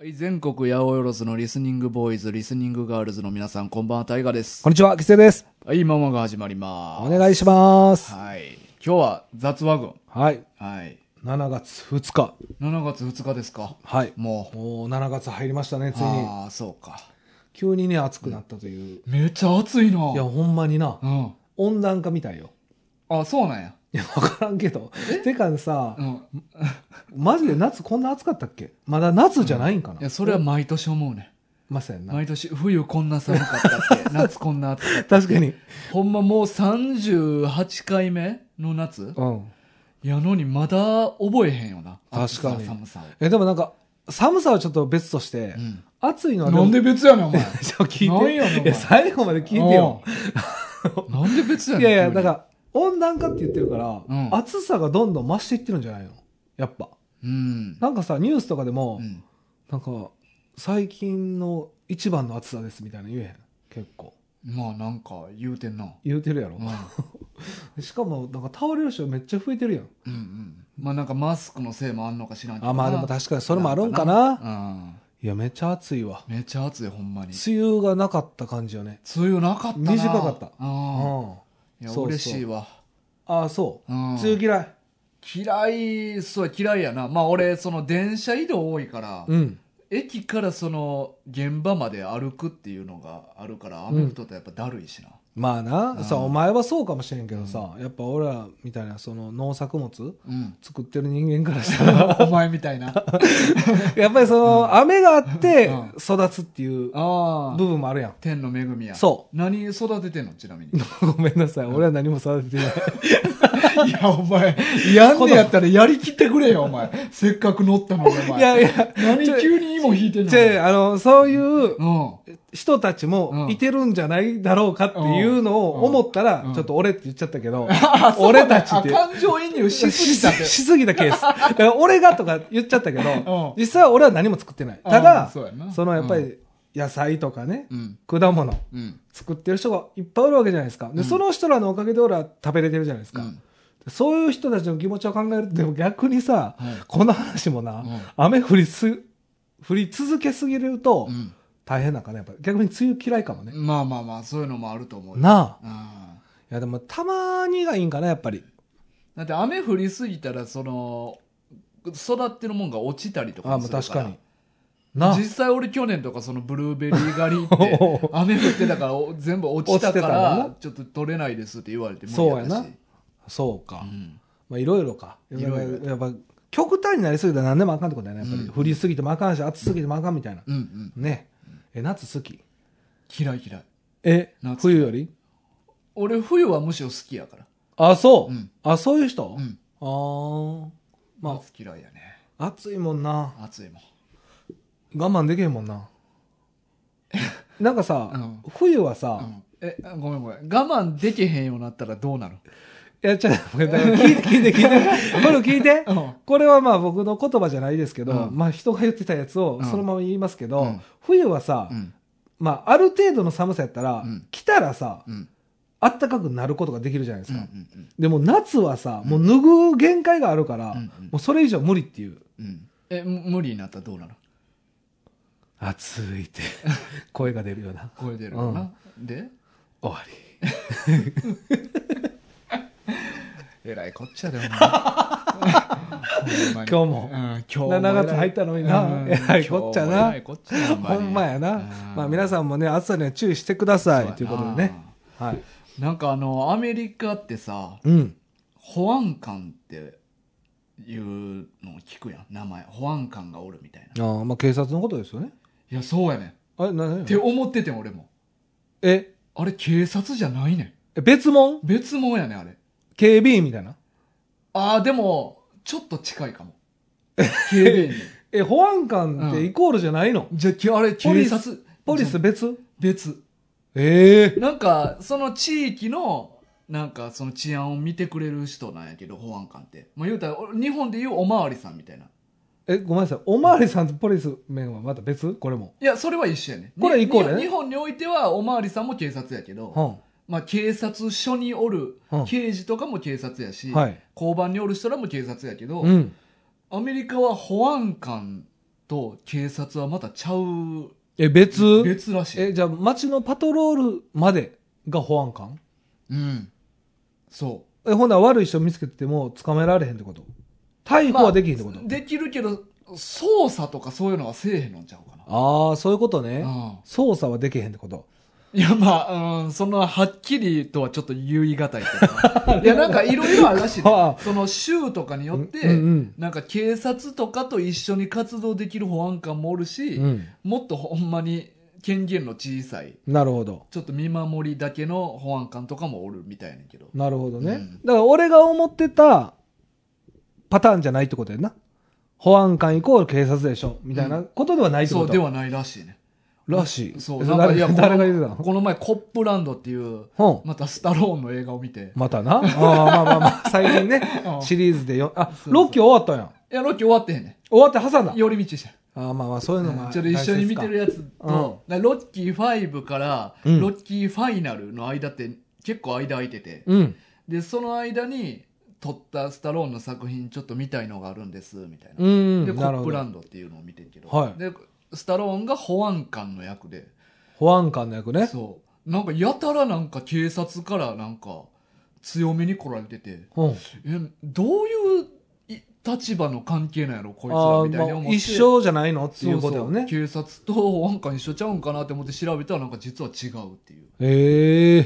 はい、全国八百万のリスニングボーイズ、リスニングガールズの皆さん、こんばんは、タイガです。 こんにちは、キセです。 はい、ママが始まります。 お願いします。 はい。今日は雑話群。 はい。 はい。 7月2日。 7月2日ですか。 はい。 もう 7月入りましたね、ついに。 ああ、そうか。 急にね、暑くなったという。 めっちゃ暑いな。 いや、ほんまにな。 うん。 温暖化みたいよ。 あ、そうなんや。 いや、わからんけど。てかさ、 うん。 マジで夏こんな暑かったっけ？まだ夏じゃないんかな。 いや、それは毎年思うね。 まさやんな。 毎年、冬こんな寒かったっけ夏こんな暑かった。 確かに。 ほんまもう38回目の夏うん。 やのにまだ覚えへんよな。 確かに。 寒さを。 でもなんか、寒さはちょっと別として、 うん、 暑いのはなんで別やねん、お前。 聞いて。 なんやねん、お前。 いや、最後まで聞いてよ。 なんで別やねん。 いやいや、だから、温暖化って言ってるから、 うん、 暑さがどんどん増していってるんじゃないのやっぱ。 うん。 なんかさ、ニュースとかでも、 うん、 なんか、最近の一番の暑さですみたいな言えへん。結構。 まあなんか言うてんな。 言うてるやろ。 うん、 しかも、なんか倒れる人めっちゃ増えてるやん。 うんうん。まあなんかマスクのせいもあんのか知らんけどな。 あ、まあでも確かにそれもあるんかな。 うん。 いや、めっちゃ暑いわ。 めっちゃ暑い、ほんまに。 梅雨がなかった感じよね。 梅雨なかったな。 短かった。 うん。いや、 そう嬉しいわ。 ああ、そう。 うん、 梅雨嫌い。 嫌い、そう嫌いやな。まあ俺、その電車移動多いから、 うん。 駅からその現場まで歩くっていうのがあるから、雨降っとったらやっぱだるいしな。 まあな、 うん、 さ、お前はそうかもしれんけどさ、やっぱ俺らみたいなその農作物、作ってる人間からしたらお前みたいなやっぱりその、雨があって育つっていう部分もあるやん。 天の恵みや。 そう。 何育ててんのちなみに。 ごめんなさい、俺は何も育ててないいやお前やんねやったらやりきってくれよお前。せっかく乗ったのにお前。 いやいや、 何急に芋引いてんの。 そういう人たちもいてるんじゃないだろうかっていうのを思ったら、ちょっと俺って言っちゃったけど、俺たちって。 感情移入しすぎたしすぎたケース。だから俺がとか言っちゃったけど、実際は俺は何も作ってない。ただ、そのやっぱり野菜とかね、果物、作ってる人がいっぱいおるわけじゃないですか。で、その人らのおかげで俺は食べれてるじゃないですか。そういう人たちの気持ちを考えると、でも逆にさ、この話もな、雨降り続けすぎると、大変なんかね、やっぱ逆に梅雨嫌いかもね。 まあまあまあ、そういうのもあると思う。 なあ。いやでもたまにがいいんかな、やっぱり。 だって雨降りすぎたら、その、育ってるもんが落ちたりとかするから。 あ、確かに。 実際俺去年とかそのブルーベリー狩りって雨降ってたから全部落ちたからちょっと取れないですって言われて無理やったし。そうやな。そうか。まあいろいろか。やっぱ極端になりすぎたら何でもあかんってことだよね。やっぱり降りすぎてもあかんし、暑すぎてもあかんみたいな。ね。夏好き？ 嫌い嫌い。 冬より？ 俺冬はむしろ好きやから。 あ、そう。あ、そういう人？ああ。 まあ夏嫌いやね。 暑いもんな。 暑いもん。 我慢できへんもんな。なんかさ、冬はさ、 ごめん。我慢できへんようになったらどうなる？ いや、聞いて。これを聞いて。これはまあ僕の言葉じゃないですけど、まあ人が言ってたやつをそのまま言いますけど、冬はさ、まあある程度の寒さやったら、来たらさ、あったかくなることができるじゃないですか。でも夏はさ、もう脱ぐ限界があるから、もうそれ以上無理っていう。 無理になったらどうなる？ 暑いって声が出るような。 声出るよな。で終わり。 えらいこっちゃで、 今日も。7月入ったのにな。えらいこっちゃな。ほんまやな。まあ皆さんもね、暑さには注意してください。ということでね。はい。 なんかアメリカってさ、保安官っていうのを聞くやん、名前。保安官がおるみたいな。 ああ、まあ警察のことですよね。 いや、そうやねん。 あれ、何って思っててん、俺も。あれ、警察じゃないねん。別物やねん、あれ。 警備員みたいな。 ああ、でも、ちょっと近いかも。警備員に。保安官ってイコールじゃないの？ じゃあ、あれ、警察。 ポリス別？ なんか、その地域の、なんか、その治安を見てくれる人なんやけど、保安官って。まあ言うたら、日本で言うおまわりさんみたいな。 ごめんなさい。おまわりさんとポリスメンはまた別？これも。 いや、それは一緒やね。 これイコールやね。 日本においては、おまわりさんも警察やけど、まあ警察署におる刑事とかも警察やし、交番におる人らも警察やけど、アメリカは保安官と警察はまたちゃう。 別らしい。 じゃあ街のパトロールまでが保安官？ うん。そう。 ほんなら悪い人見つけても捕まえられへんってこと？逮捕はできへんってこと？ できるけど、捜査とかそういうのはせえへんのちゃうかな。 ああ、そういうことね。捜査はできへんってこと？いや、 そのはっきりとはちょっと言い難いけど。いや、なんかいろいろあるらしいね。その州とかによって、なんか警察とかと一緒に活動できる保安官もおるし、もっとほんまに権限の小さい。 なるほど。 ちょっと見守りだけの保安官とかもおるみたいねんけど。 なるほどね。だから俺が思ってたパターンじゃないってことやな。保安官イコール警察でしょみたいなことではないってこと？ そうではないらしいね。 らしい。 そう。なんかいや、 誰が言ってたの？ この前コップランドっていう、またスタローンの映画を見て。 またな。まあ、最近ね、シリーズでロッキー終わったんやん。 いや、ロッキー終わってへんねん。 終わって挟んだ。 寄り道した。 まあ、そういうのもちょっと一緒に見てるやつと、ロッキー5からロッキーファイナルの間って結構間空いてて、で、その間に撮ったスタローンの作品ちょっと見たいのがあるんです、みたいな。で、コップランドっていうのを見てるけど、で、スタローンが保安官の役で。 保安官の役ね。 そう。なんかやたらなんか警察からなんか強めに来られてて、どういう立場の関係なんやろこいつらみたいに思って。 一緒じゃないのっていうことよね。 そう警察と保安官一緒ちゃうんかなって思って調べたらなんか実は違うっていう。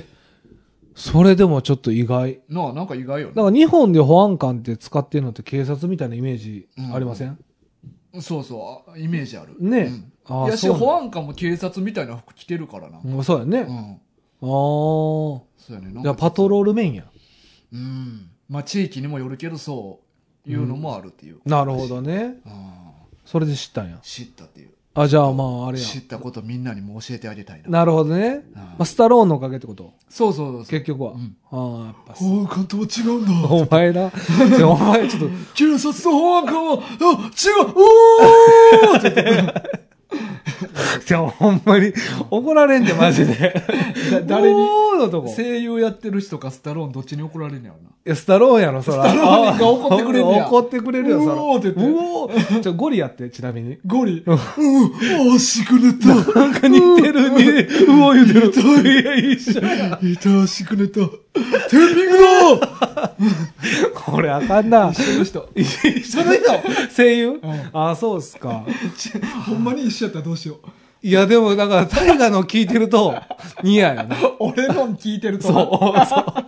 それでもちょっと意外。 なんか意外よね。 だから日本で保安官って使ってるのって警察みたいなイメージありません？ そうそう、イメージある。 ね。 いやし、保安官も警察みたいな服着てるからな。 そうやね。 そうやね。 じゃあパトロール面や。 まあ地域にもよるけどそういうのもあるっていう。 なるほどね。それで知ったんや。 知ったっていう。 じゃああれや。 知ったことみんなにも教えてあげたいな。 なるほどね。スタローンのおかげってこと？ そう。 結局は。 やっぱ。保安官とは違うんだ。 お前な。お前ちょっと。 警察と保安官は、違うおーってじゃあほんまに怒られんでマジで。 誰に声優やってる人かスタローンどっちに怒られんねやろな。 いや、スタローンやろ、そら。 スタローンが怒ってくれるやん。 怒ってくれるよ、そら。 うおーって言って。 ゴリやって、ちなみに。 ゴリ。惜しくなった。 なんか似てるに、言うてる。いや、一緒や。 痛しくなった。テーピングだこれあかんな。 一緒の人。 一緒の人声優？そうっすか。 ほんまに一緒やったらどうしよう。 いや、でも、だから、タイガの聞いてると、似合うよな。 俺の聞いてると。 そう。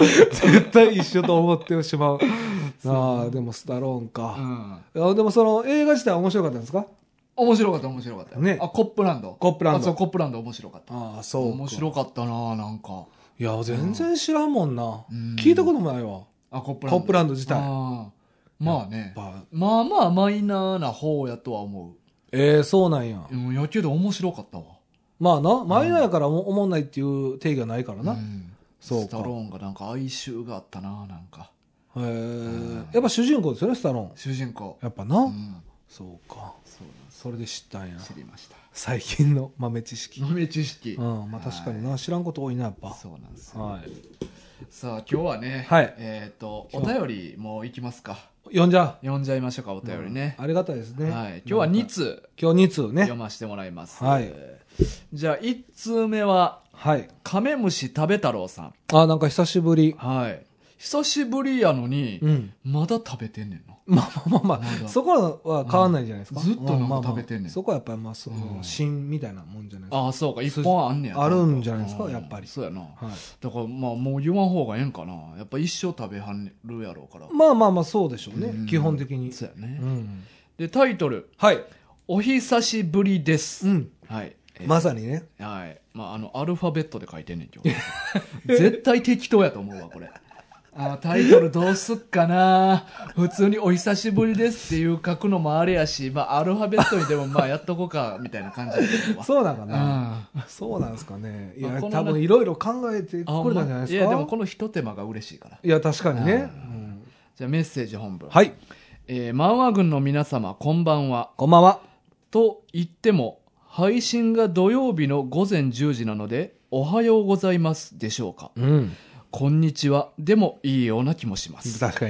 絶対一緒と思ってしまう。でも、スタローンか。でも、その、映画自体は面白かったんですか？ 面白かった。 ね。 コップランド。 そう、 コップランド面白かった。 そう。 面白かったななんか。 いや、全然知らんもんな。聞いたこともないわ。 コップランド自体。 まあね。まあマイナーな方やとは思う。 そうなんや。 やけど面白かったわ。 まあな、マイナーやからおもんないっていう定義はないからな。 そうか。スタローンがなんか哀愁があったななんか。 やっぱ主人公ですよね、スタローン。 主人公。 やっぱな。そうか。それで知ったんや。 知りました。 最近の豆知識。 豆知識。 まあ確かにな、知らんこと多いな、やっぱ。 そうなんですよ。さあ、今日はね、お便りもいきますか。 読んじゃいましょうか、お便りね。 ありがたいですね。 今日は2通。 今日2通ね。 読ませてもらいます。じゃあ、1通目は、カメムシ食べ太郎さん。 なんか久しぶり。 久しぶりやのに、まだ食べてんねんな。 まあ、そこは変わんないじゃないですか。 ずっとなんか食べてんねん。 そこはやっぱり芯みたいなもんじゃないですか。 そうか、一本あんねや。 あるんじゃないですか、やっぱり。 そうやな。だからもう言わん方がええんかな。やっぱ一生食べはるやろうから。 まあ、そうでしょうね。基本的に。 そうやね。で、タイトル。お久しぶりです。 まさにね。 アルファベットで書いてんねん、今日。絶対適当やと思うわ、これ。タイトルどうすっかな。普通にお久しぶりですっていう書くのもあれやし、アルファベットにでもやっとこうか、みたいな感じで。 そうなんかな。そうなんですかね。いや、多分いろいろ考えてくれたんじゃないですか。 いや、でもこの一手間が嬉しいから。 いや、確かにね。 じゃあメッセージ本文。漫画軍の皆様、こんばんは。 こんばんは。 と言っても、配信が土曜日の午前10時なので、おはようございますでしょうか。こんにちは。でもいいような気もします。 確かにな。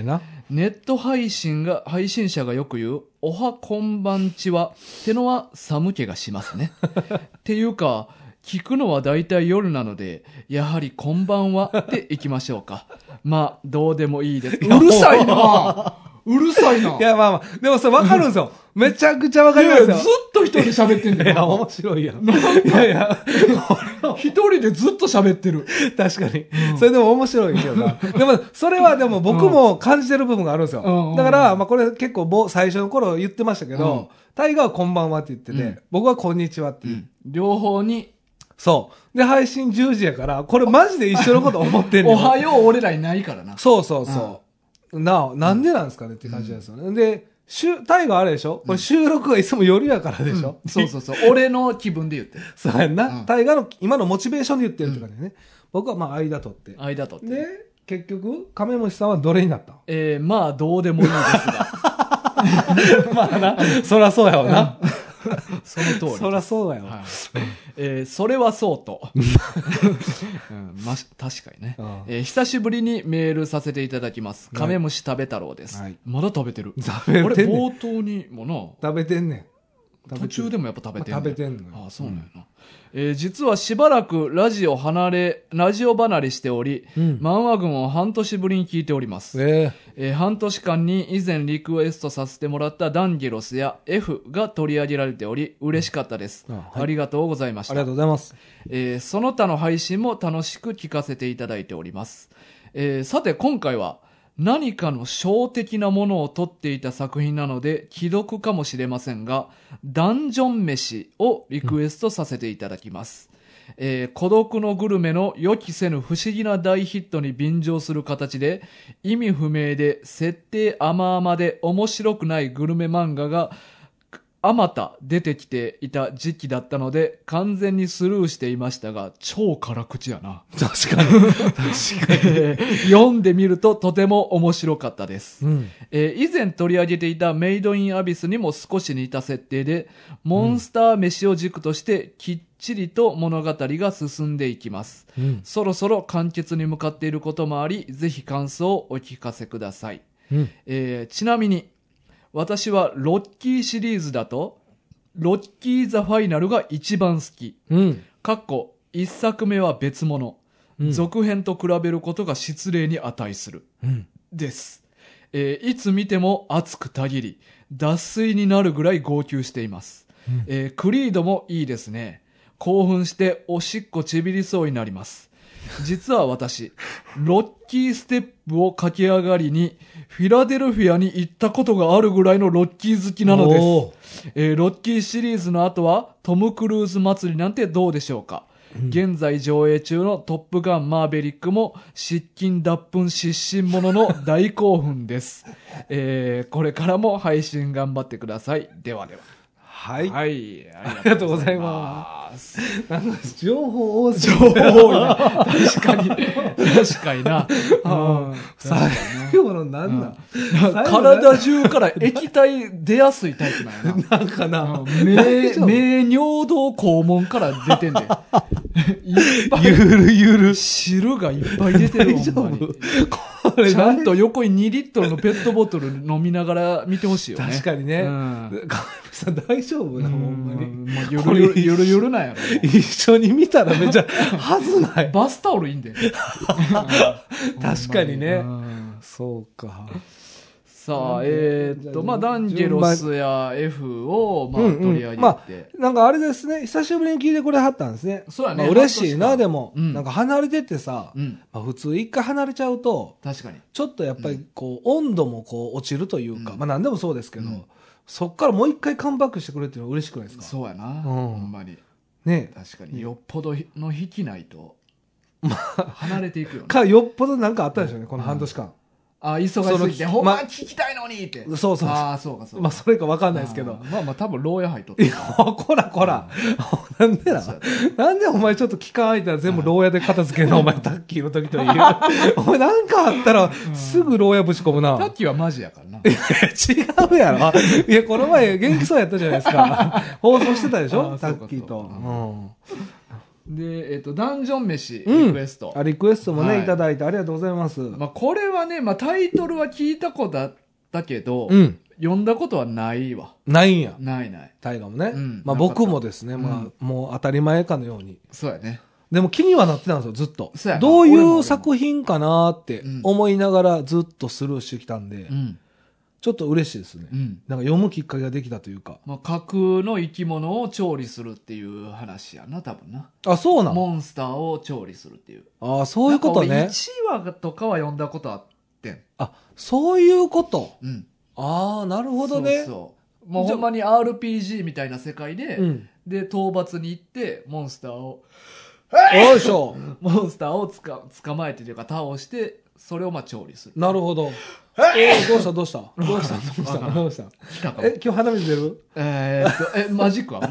ネット配信者がよく言う、おはこんばんちは、ってのは寒気がしますね。っていうか、聞くのはだいたい夜なので、やはりこんばんはっていきましょうか。まあ、どうでもいいです。うるさいなうるさいな。 いや、まあまあ、でもそれ分かるんですよ。めちゃくちゃ分かりますよ。 ずっと一人で喋ってんだよ。 いや、面白いやん。いやいや、 一人でずっと喋ってる。 確かに。それでも面白いけどな。でも、それはでも僕も感じてる部分があるんですよ。だから、まあこれ結構最初の頃言ってましたけど、タイガーはこんばんはって言ってて、僕はこんにちはって言う。 両方に。 そう。で、配信10時やから、これマジで一緒のこと思ってんねん。 おはよう俺らいないからな。 そうそうそう。なんでなんですかねって感じなんですよね。で、タイガーあれでしょこれ収録がいつも夜やからでしょ、 そうそうそう。俺の気分で言ってる。 そうやんな。タイガーの今のモチベーションで言ってるって感じね。僕はまあ間取って。 間取って。 で、結局、カメムシさんはどれになったまあどうでもいいですが。 まあな、そらそうやわな。 その通り。 そらそうだよ。 それはそうと。確かにね。久しぶりにメールさせていただきます。カメムシ食べ太郎です。まだ食べてる。俺冒頭にもな。 食べてんねん。 途中でもやっぱ食べてんねん。 食べてんのよ。 ああ、そうなんやな。実はしばらくラジオ離れしており、漫画群を半年ぶりに聞いております。半年間に以前リクエストさせてもらったダンゲロスや F が取り上げられており、嬉しかったです。ありがとうございました。 ありがとうございます。 その他の配信も楽しく聞かせていただいております。さて今回は、何かの小的なものを撮っていた作品なので既読かもしれませんが、ダンジョン飯をリクエストさせていただきます。孤独のグルメの予期せぬ不思議な大ヒットに便乗する形で、意味不明で設定甘々で面白くないグルメ漫画があまた出てきていた時期だったので完全にスルーしていましたが、超辛口やな。 確かに。確かに。 読んでみるととても面白かったです。以前取り上げていたメイドインアビスにも少し似た設定で、モンスター飯を軸としてきっちりと物語が進んでいきます。そろそろ完結に向かっていることもあり、ぜひ感想をお聞かせください。ちなみに、私はロッキーシリーズだとロッキー・ザ・ファイナルが一番好き。一作目は別物、続編と比べることが失礼に値する、です。いつ見ても熱くたぎり脱水になるぐらい号泣しています。クリードもいいですね。興奮しておしっこちびりそうになります。実は私、ロッキーステップを駆け上がりにフィラデルフィアに行ったことがあるぐらいのロッキー好きなのです。ロッキーシリーズの後はトム・クルーズ祭りなんてどうでしょうか。現在上映中のトップガンマーベリックも失禁脱粉失神者の大興奮です。これからも配信頑張ってください。ではでは。 はい。 はい。 ありがとうございます。なんか情報多すぎる。情報多いな。確かに。確かにな。 最後のなんだ、 体中から液体出やすいタイプなんやな。なんかな。 目尿道肛門から出てんで。 ゆる。 汁がいっぱい出てる。 大丈夫？ ちゃんと横に2リットルのペットボトル飲みながら見てほしいよね。 確かにね。さん大丈夫な、ほんまに。 まあ、ゆるなんやろ。 一緒に見たらめっちゃはずない。 バスタオルいいんで。 確かにね。そうか。 さあ、まあ、ダンゲロスや F を、まあ、取り上げて。 まあ、なんかあれですね、久しぶりに聞いてくれはったんですね。 そうやね。 嬉しいな、でも。なんか離れてってさ、普通一回離れちゃうと、 確かに。 ちょっとやっぱり、こう、温度もこう、落ちるというか、まあ何でもそうですけど、そっからもう一回カムバックしてくれっていうのは嬉しくないですか？ そうやな。ほんまに。 ね。 確かに。よっぽどの引きないと、離れていくよね。よっぽどなんかあったでしょうね、この半年間。 忙しすぎて、ほんま聞きたいのにって。 そう。 ああ、そうか。 まあ、それか分かんないですけど。 まあ多分、牢屋入っとった。 こら。なんでなんでお前ちょっと期間空いたら全部牢屋で片付けるのお前、タッキーの時という。お前なんかあったら、すぐ牢屋ぶち込むな。 タッキーはマジやからな。 違うやろ。いや、この前元気そうやったじゃないですか。放送してたでしょタッキーと。 で、ダンジョン飯リクエスト。 リクエストもね、いただいてありがとうございます。 これはね、タイトルは聞いたことあったけど、読んだことはないわ。 ないんや。 ない。 大河もね。僕もですね、もう当たり前かのように。 そうやね。 でも気にはなってたんですよ、ずっと。どういう作品かなって思いながらずっとスルーしてきたんで、ちょっと嬉しいですね。なんか読むきっかけができたというか。 架空の生き物を調理するっていう話やな、多分な。 あ、そうなの？ モンスターを調理するっていう。 あ、そういうことね。 1話とかは読んだことあってん。 あ、そういうこと。ああ、なるほどね。 そうもうほんまに RPG みたいな世界で、で、討伐に行って、モンスターを、 よいしょ。 モンスターを捕まえてというか倒して、それを調理する。 なるほど。どうした今日鼻水出る？ マジック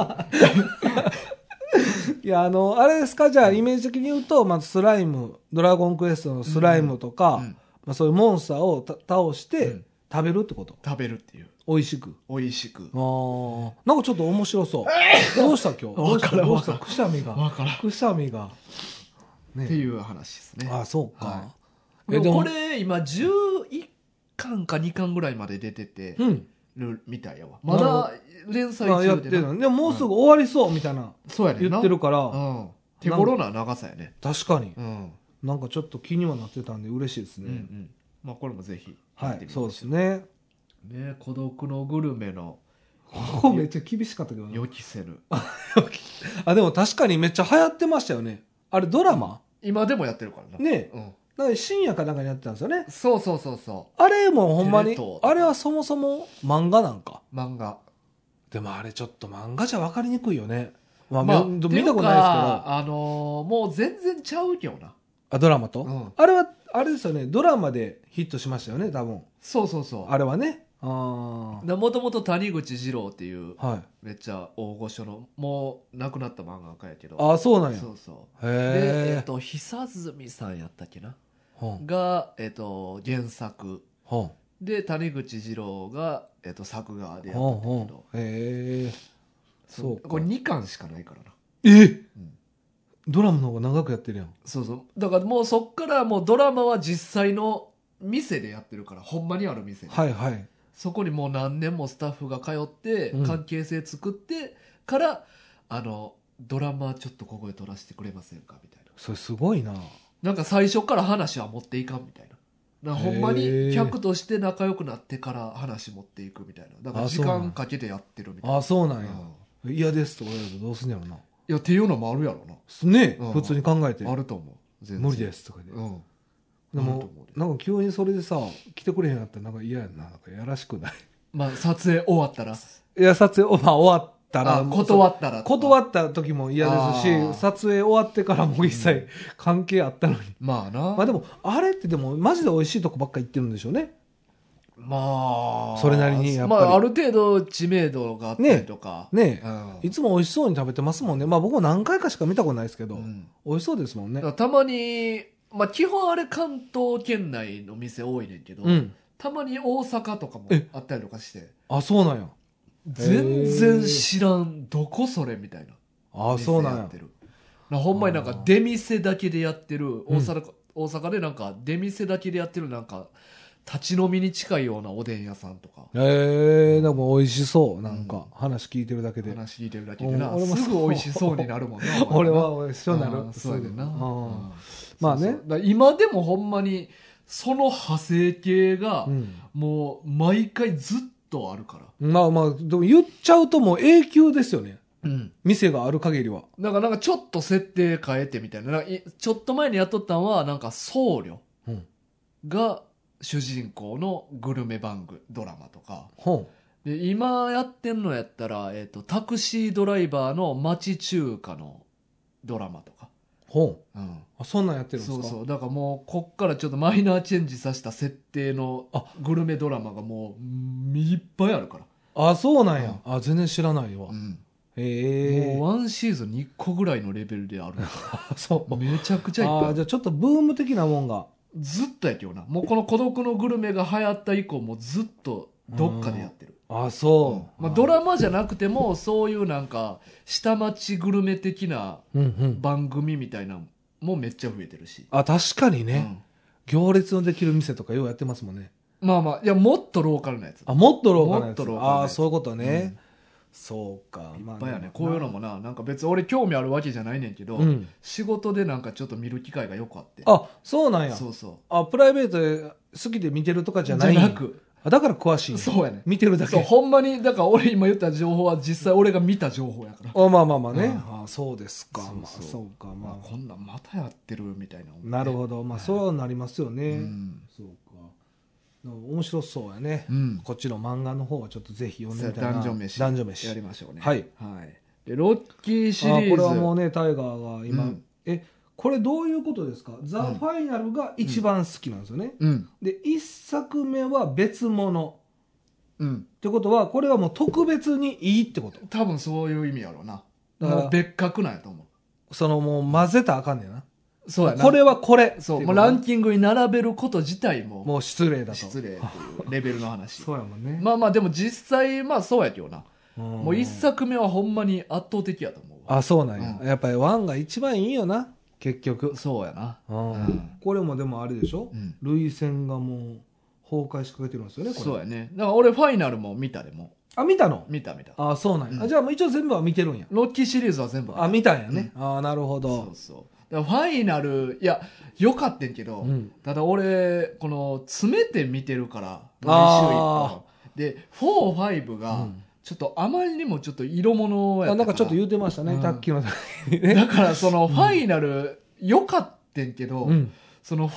いや、あれですか、じゃあイメージ的に言うと、まずスライム、ドラゴンクエストのスライムとか、そういうモンスターを倒して、食べるってこと？ 食べるっていう。 美味しく。 ああ。なんかちょっと面白そう。どうした今日？どうしたくしゃみが。 っていう話ですね。 あ、そうか。 でもこれ今11巻か2巻ぐらいまで出ててるみたいやわ。まだ連載中でな。 でももうすぐ終わりそうみたいな言ってるから、 手頃な長さやね。 確かに。なんかちょっと気にはなってたんで嬉しいですね。 これもぜひ。 はい、そうですね。 孤独のグルメのここめっちゃ厳しかったけどな。 予期せぬ。 でも確かにめっちゃ流行ってましたよね。あれドラマ？ 今でもやってるからな。 ねえ。だから深夜かなんかにやってたんですよね。 そう。 あれもほんまに、あれはそもそも漫画なんか。 漫画。 でもあれちょっと漫画じゃ分かりにくいよね。見たことないですけど。 もう全然ちゃうけどな。 ドラマと、あれは、あれですよね、ドラマでヒットしましたよね、多分。 そう。 あれはね。 もともと谷口二郎っていう、めっちゃ大御所の、もう亡くなった漫画家やけど。 あ、そうなんや。 そう。 へで、久住さんやったっけな。が、原作。で、谷口二郎が、作画でやったんだけど。そう。これ2巻しかないからな。 ドラマの方が長くやってるやん。 そう。だからもうそっからもうドラマは実際の店でやってるから、ほんまにある店で。そこにもう何年もスタッフが通って、関係性作ってから、ドラマちょっとここで撮らせてくれませんかみたいな。 それすごいな。 なんか最初から話は持っていかんみたいな。ほんまに客として仲良くなってから話持っていくみたいな。だから時間かけてやってるみたいな。 あ、そうなんや。嫌ですとか言われるとどうすんやろな。 いや、っていうのもあるやろな。 ね、普通に考えて。 あると思う。 無理ですとかで。でも、なんか急にそれでさ、来てくれへんやったらなんか嫌やな。なんかやらしくない。 撮影終わったら。 いや、撮影、終わったら。 断った時も嫌ですし、撮影終わってからも一切関係あったのに。 まあでも、あれってでも、マジで美味しいとこばっか行ってるんでしょうね。それなりにやっぱり。 ある程度知名度があったりとか。 いつも美味しそうに食べてますもんね。僕も何回かしか見たことないですけど、美味しそうですもんね。 たまに、基本あれ関東圏内の店多いねんけど、たまに大阪とかもあったりとかして。 あ、そうなんや。 全然知らん、どこそれみたいな。 あ、そうなんや。 ほんまになんか出店だけでやってる、大阪でなんか出店だけでやってるなんか、立ち飲みに近いようなおでん屋さんとか。 でも美味しそう。なんか話聞いてるだけで。 な、すぐ美味しそうになるもんな。 俺は美味しそうになる。 そうやでな。 まあね。 今でもほんまに、その派生系が、もう毎回ずっとあるから。 でも言っちゃうともう永久ですよね。店がある限りは。 なんかちょっと設定変えてみたいな。ちょっと前にやっとったのは、なんか僧侶が、主人公のグルメ番組ドラマとか、で今やってんのやったら、タクシードライバーの町中華のドラマとか、そんなんやってるんですか。 そうだからもうこっからちょっとマイナーチェンジさせた設定のグルメドラマがもういっぱいあるから。 あ、そうなんや。全然知らないわ。もうワンシーズンに1個ぐらいのレベルであるそうめちゃくちゃいっぱい。 じゃあちょっとブーム的なもんがずっとやけどな。もうこの孤独のグルメが流行った以降もずっとどっかでやってる。 あ、そう。 まあ、ドラマじゃなくても、そういうなんか、下町グルメ的な番組みたいなのもめっちゃ増えてるし。 あ、確かにね。行列のできる店とかようやってますもんね。 まあまあ、いや、もっとローカルなやつ。 あ、もっとローカルなやつ。 もっとローカルなやつ。 ああ、そういうことね。そうか。 いっぱいやね。こういうのもな、なんか別に俺興味あるわけじゃないねんけど、仕事でなんかちょっと見る機会がよくあって。 あ、そうなんや。 そうそう。 あ、プライベートで好きで見てるとかじゃない。 じゃなく。 だから詳しい。 そうやね。 見てるだけ。 そう、ほんまに、だから俺今言った情報は実際俺が見た情報やから。 まあまあまあね。あ、そうですか。そうか。まあ、こんなんまたやってるみたいな。 なるほど。まあそうなりますよね。そうか。面白そうやね。こっちの漫画の方はちょっとぜひ読んでみたいな。 男女飯。 男女飯。 やりましょうね。 はい。 で、ロッキーシリーズ。 これはもうね、タイガーが今、これどういうことですか？ザ・ファイナルが一番好きなんですよね。で、一作目は別物。ってことは、これはもう特別にいいってこと？ 多分そういう意味やろうな。だから別格なんやと思う。 もう混ぜたらあかんねんな。 そうやな。 これはこれ。 そう。もうランキングに並べること自体も。 もう失礼だと。 失礼っていうレベルの話。 そうやもんね。 まあまあでも実際、まあそうやけどな。もう一作目はほんまに圧倒的やと思う。 あ、そうなんや。やっぱりワンが一番いいよな。結局。 そうやな。 これもでもあれでしょ？涙腺がもう崩壊しかけてるんですよね、これ。 そうやね。だから俺ファイナルも見たでも。 あ、見たの？ 見た。 あ、そうなんや。じゃあもう一応全部は見てるんや。 ロッキーシリーズは全部。 あ、見たんやね。あ、なるほど。 そうそう。ファイナル、いや、よかったんけど、ただ俺、この、詰めて見てるから、毎週一本。で、4、5が、ちょっとあまりにもちょっ色物やったから。 なんかちょっと言うてましたね、卓球の時にね。だからそのファイナル、よかったんけど、その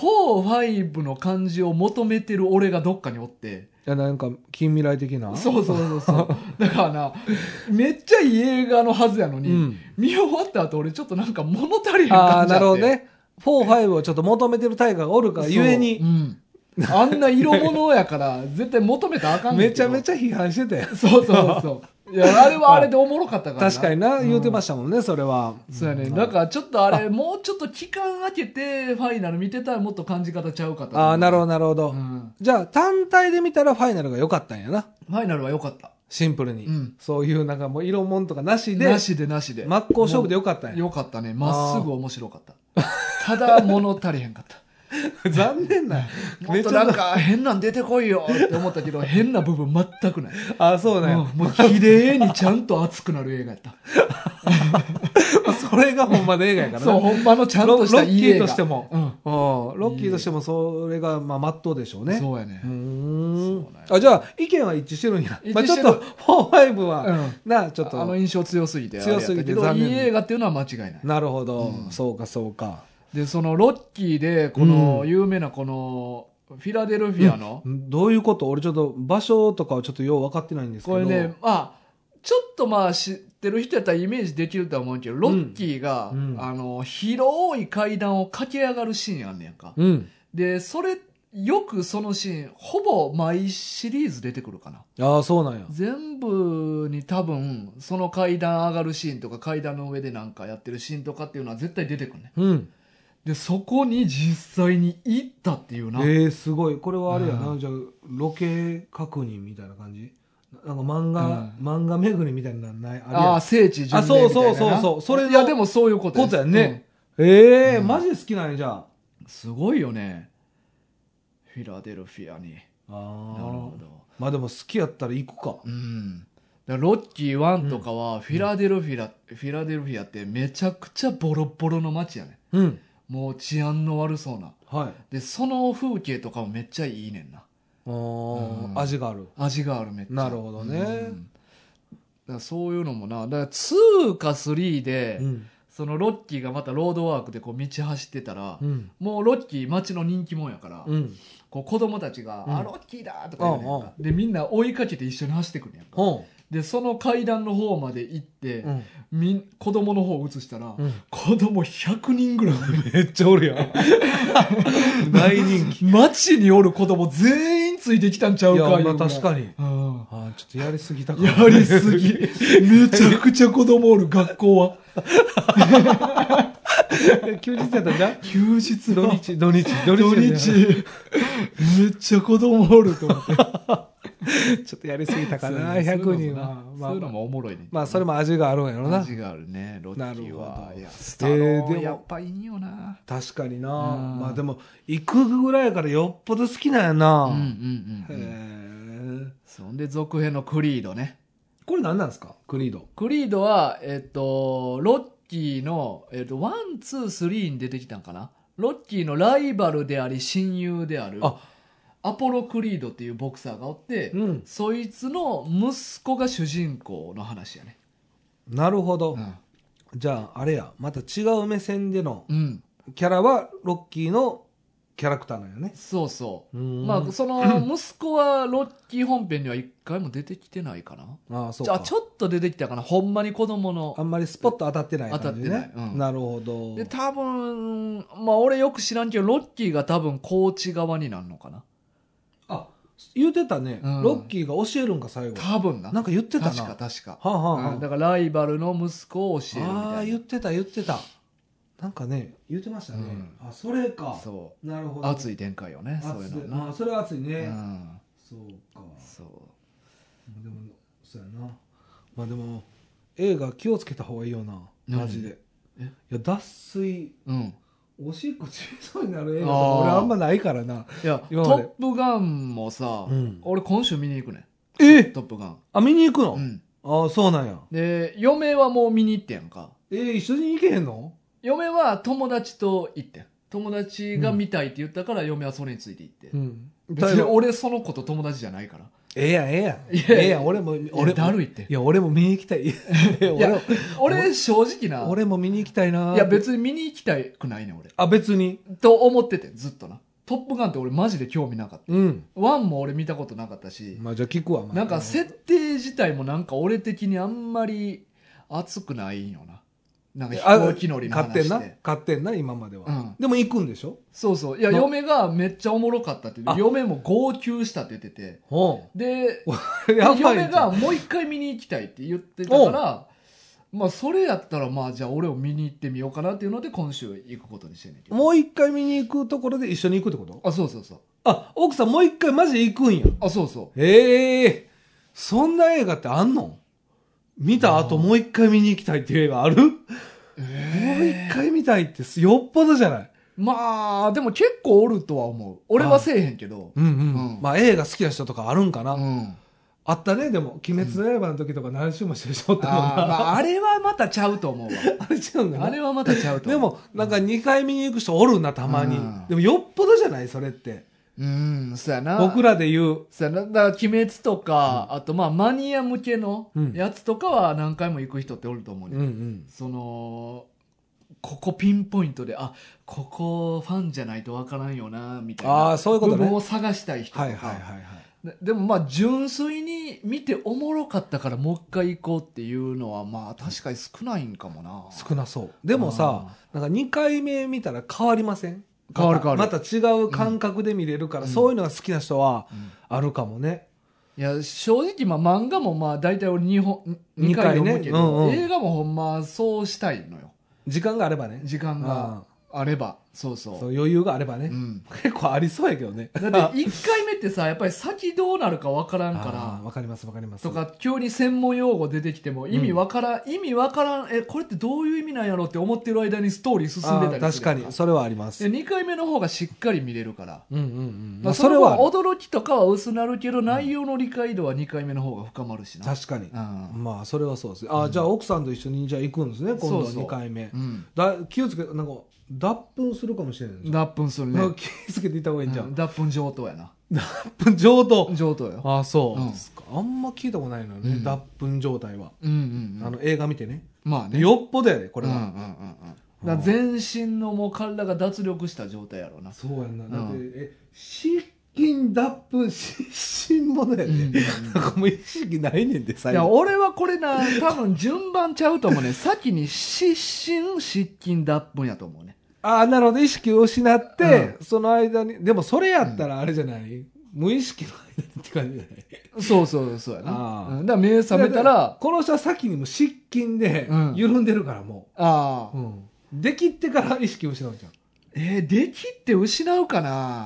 4、5の感じを求めてる俺がどっかにおって、 いや、なんか近未来的な。 そうだからな、めっちゃいい映画のはずやのに、見終わった後俺ちょっとなんか物足りへん感じあって。 なるほどね。4、5をちょっと求めてるタイガーがおるからゆえに。 あんな色物やから絶対求めたらあかんねんけど。 めちゃめちゃ批判してたよ。 そう。いや、あれはあれでおもろかったからな。 確かにな、言うてましたもんね、それは。 そうやね。だからちょっとあれ、もうちょっと期間空けてファイナル見てたらもっと感じ方ちゃうかった。 なるほど。じゃあ単体で見たらファイナルが良かったんやな。 ファイナルは良かった。 シンプルに。そういうなんかもう色物とかなしで。 なしで。 真っ向勝負で良かったんや。 良かったね。まっすぐ面白かった。ただ物足りへんかった。 残念な。 もっとなんか変なん出てこいよって思ったけど、変な部分全くない。 あ、そうね。 もう綺麗にちゃんと熱くなる映画やった。 それがほんまの映画やからね。 そう、ほんまのちゃんとしたいい映画。 ロッキーとしても。ロッキーとしてもそれがまあ真っ当でしょうね。 そうやね。 じゃあ意見は一致してるんや。まあちょっと4、5はな、ちょっと。 印象強すぎて。 強すぎて残念。いい映画っていうのは間違いない。 なるほど。そうか。 で、そのロッキーで、この有名なこの、フィラデルフィアの、 どういうこと？俺ちょっと場所とかはちょっとよう分かってないんですけど。 これね、まあ、ちょっとまあ知ってる人やったらイメージできるとは思うけど、ロッキーが、広い階段を駆け上がるシーンあんねやんか。で、よくそのシーン、ほぼ毎シリーズ出てくるかな。 ああ、そうなんや。 全部に多分、その階段上がるシーンとか、階段の上でなんかやってるシーンとかっていうのは絶対出てくるね。で、そこに実際に行ったっていうな。 すごい。これはあれやな。じゃあ、ロケ確認みたいな感じ？なんか漫画巡りみたいなのない？ 聖地巡礼みたいな。 そう。それいや、でもそういうことです。 やね。マジで好きなんや、じゃあ。 すごいよね。フィラデルフィアに。なるほど。まあでも好きやったら行くか。 ロッキー1とかは、フィラデルフィアってめちゃくちゃボロボロの街やね。もう治安の悪そうな。で、その風景とかもめっちゃいいねんな。 味がある。 味がある、めっちゃ。 なるほどね。だからそういうのもな、だから2か3で、そのロッキーがまたロードワークでこう道走ってたら、もうロッキー街の人気者やから、こう子供たちが、ロッキーだとか言うねんか。で、みんな追いかけて一緒に走ってくるやんか。で、その階段の方まで行って、子供の方を映したら、子供100人ぐらい。 めっちゃおるやん。大人気。 街におる子供全員ついてきたんちゃうか。 いや、確かに。ちょっとやりすぎたか。 やりすぎ。めちゃくちゃ子供おる、学校は。 休日やったんじゃん？ 休日土日。 めっちゃ子供おると思って。 ちょっとやりすぎたかな、100人は。 そういうのもおもろいね。 まあ、それも味があるんやろな。 味があるね、ロッキーは。いや、スタローやっぱいいよな。 確かにな。まあでも、行くぐらいやからよっぽど好きなんやな。 そんで、続編のクリードね。 これ何なんですか、クリード。 クリードは、ロッキーの、1、2、3に出てきたんかな。ロッキーのライバルであり、親友である。アポロ・クリードっていうボクサーがおって、そいつの息子が主人公の話やね。なるほど。じゃあ、あれや、また違う目線でのキャラはロッキーのキャラクターなんよね。 そうそう。まあ、その息子はロッキー本編には一回も出てきてないかな。そうか。ちょっと出てきたかな。ほんまに子供の。 あんまりスポット当たってない感じね。当たってない。なるほど。 で、多分、まあ俺よく知らんけど、ロッキーが多分コーチ側になるのかな。 言ってたね、ロッキーが教えるんか最後。 多分な。 なんか言ってたな。 確か。 だからライバルの息子を教えるみたいな。 言ってた。なんかね、言ってましたね。それか。 そう。 なるほど。 熱い展開よね、そういうの。 それは熱いね。そうか。 そう。 でも、そうやな。まあでも、映画気をつけた方がいいよな。マジで。いや、脱水。おしっこちそうになる映画とか俺あんまないからな。 いや、トップガンもさ、俺今週見に行くね。トップガン。 見に行くの？そうなんや。 で、嫁はもう見に行ってんか。 一緒に行けへんの？ 嫁は友達と行ってん。友達が見たいって言ったから嫁はそれについて行って。別に俺その子と友達じゃないから。 ええやん、俺だるいって。 いや、俺も見に行きたい。いや、俺正直な。 俺も見に行きたいな。 いや、別に見に行きたくないね、俺。 別にと思ってて、ずっとな。トップガンって俺マジで興味なかった。ワンも俺見たことなかったし。 まあじゃあ聞くわ。 なんか設定自体もなんか俺的にあんまり熱くないよな。なんか飛行機乗りの話で。 買ってんな、今までは。でも行くんでしょ？ そうそう。いや、嫁がめっちゃおもろかったって。嫁も号泣したって言ってて。で、嫁がもう一回見に行きたいって言ってたから、まあそれやったらまあじゃあ俺を見に行ってみようかなっていうので今週行くことにしてんねんけど。 もう一回見に行くところで一緒に行くってこと？ そうそうそう。 奥さんもう一回マジで行くんや。 そうそう。 そんな映画ってあんの？見た後もう一回見に行きたいっていう映画ある？もう一回見たいってよっぽどじゃない？ まあ、でも結構おるとは思う。俺はせえへんけど。 まあ映画好きな人とかあるんかな。あったね、でも、鬼滅の刃の時とか何週もしてる人おったもんな。 あれはまたちゃうと思うわ。 あれ違うんだね。 あれはまたちゃうと思う。 でも、なんか2回見に行く人おるな、たまに。でもよっぽどじゃないそれって。 そうやな。 僕らで言う。 そうやな。だから、鬼滅とか、あとまあ、マニア向けのやつとかは何回も行く人っておると思うね。その、ここピンポイントで、ここファンじゃないとわからんよな、みたいな。 そういうことね。 部分を探したい人とか。でもまあ純粋に見ておもろかったからもう一回行こうっていうのはまあ確かに少ないんかもな。 少なそう。でもさ、なんか2回目見たら変わりません？ 変わる。 また違う感覚で見れるから、そういうのが好きな人はあるかもね。 いや正直まあ漫画もまあ大体俺2回読むけど、映画もほんまそうしたいのよ。 時間があればね。 時間があれば。そう余裕があればね、結構ありそうやけどね。 だって1回目ってさやっぱり先どうなるか分からんから分かりますとか急に専門用語出てきても意味分からん、これってどういう意味なんやろって思ってる間にストーリー進んでたりする。 確かにそれはあります。 2回目の方がしっかり見れるから、 それは驚きとかは薄なるけど内容の理解度は2回目の方が深まるしな。 確かに、まあそれはそうですね。じゃあ奥さんと一緒にじゃあ行くんですね、今度は2回目。気をつけなんか脱粉するかもしれない。 脱粉するね。 気をつけていった方がいいんじゃん。 脱粉上等やな。 脱粉上等。 上等よ。 そうですか。あんま聞いたことないのよね、脱粉状態は。映画見てね。 まあね。 よっぽどやでこれは。 だ全身のもう体が脱力した状態やろうな。 そうやんな。だって失禁脱粉失神ものやで。なんかもう意識ないねんで最後。 いや俺はこれな多分順番ちゃうと思うね。先に失神失禁脱粉やと思うね。 なるほど。意識を失って、その間にでもそれやったらあれじゃない、無意識の間にって感じじゃない？そうやな。だから目覚めたらこの人は先にも失禁で緩んでるからもう、できってから意識を失うじゃん。 できって失うかな。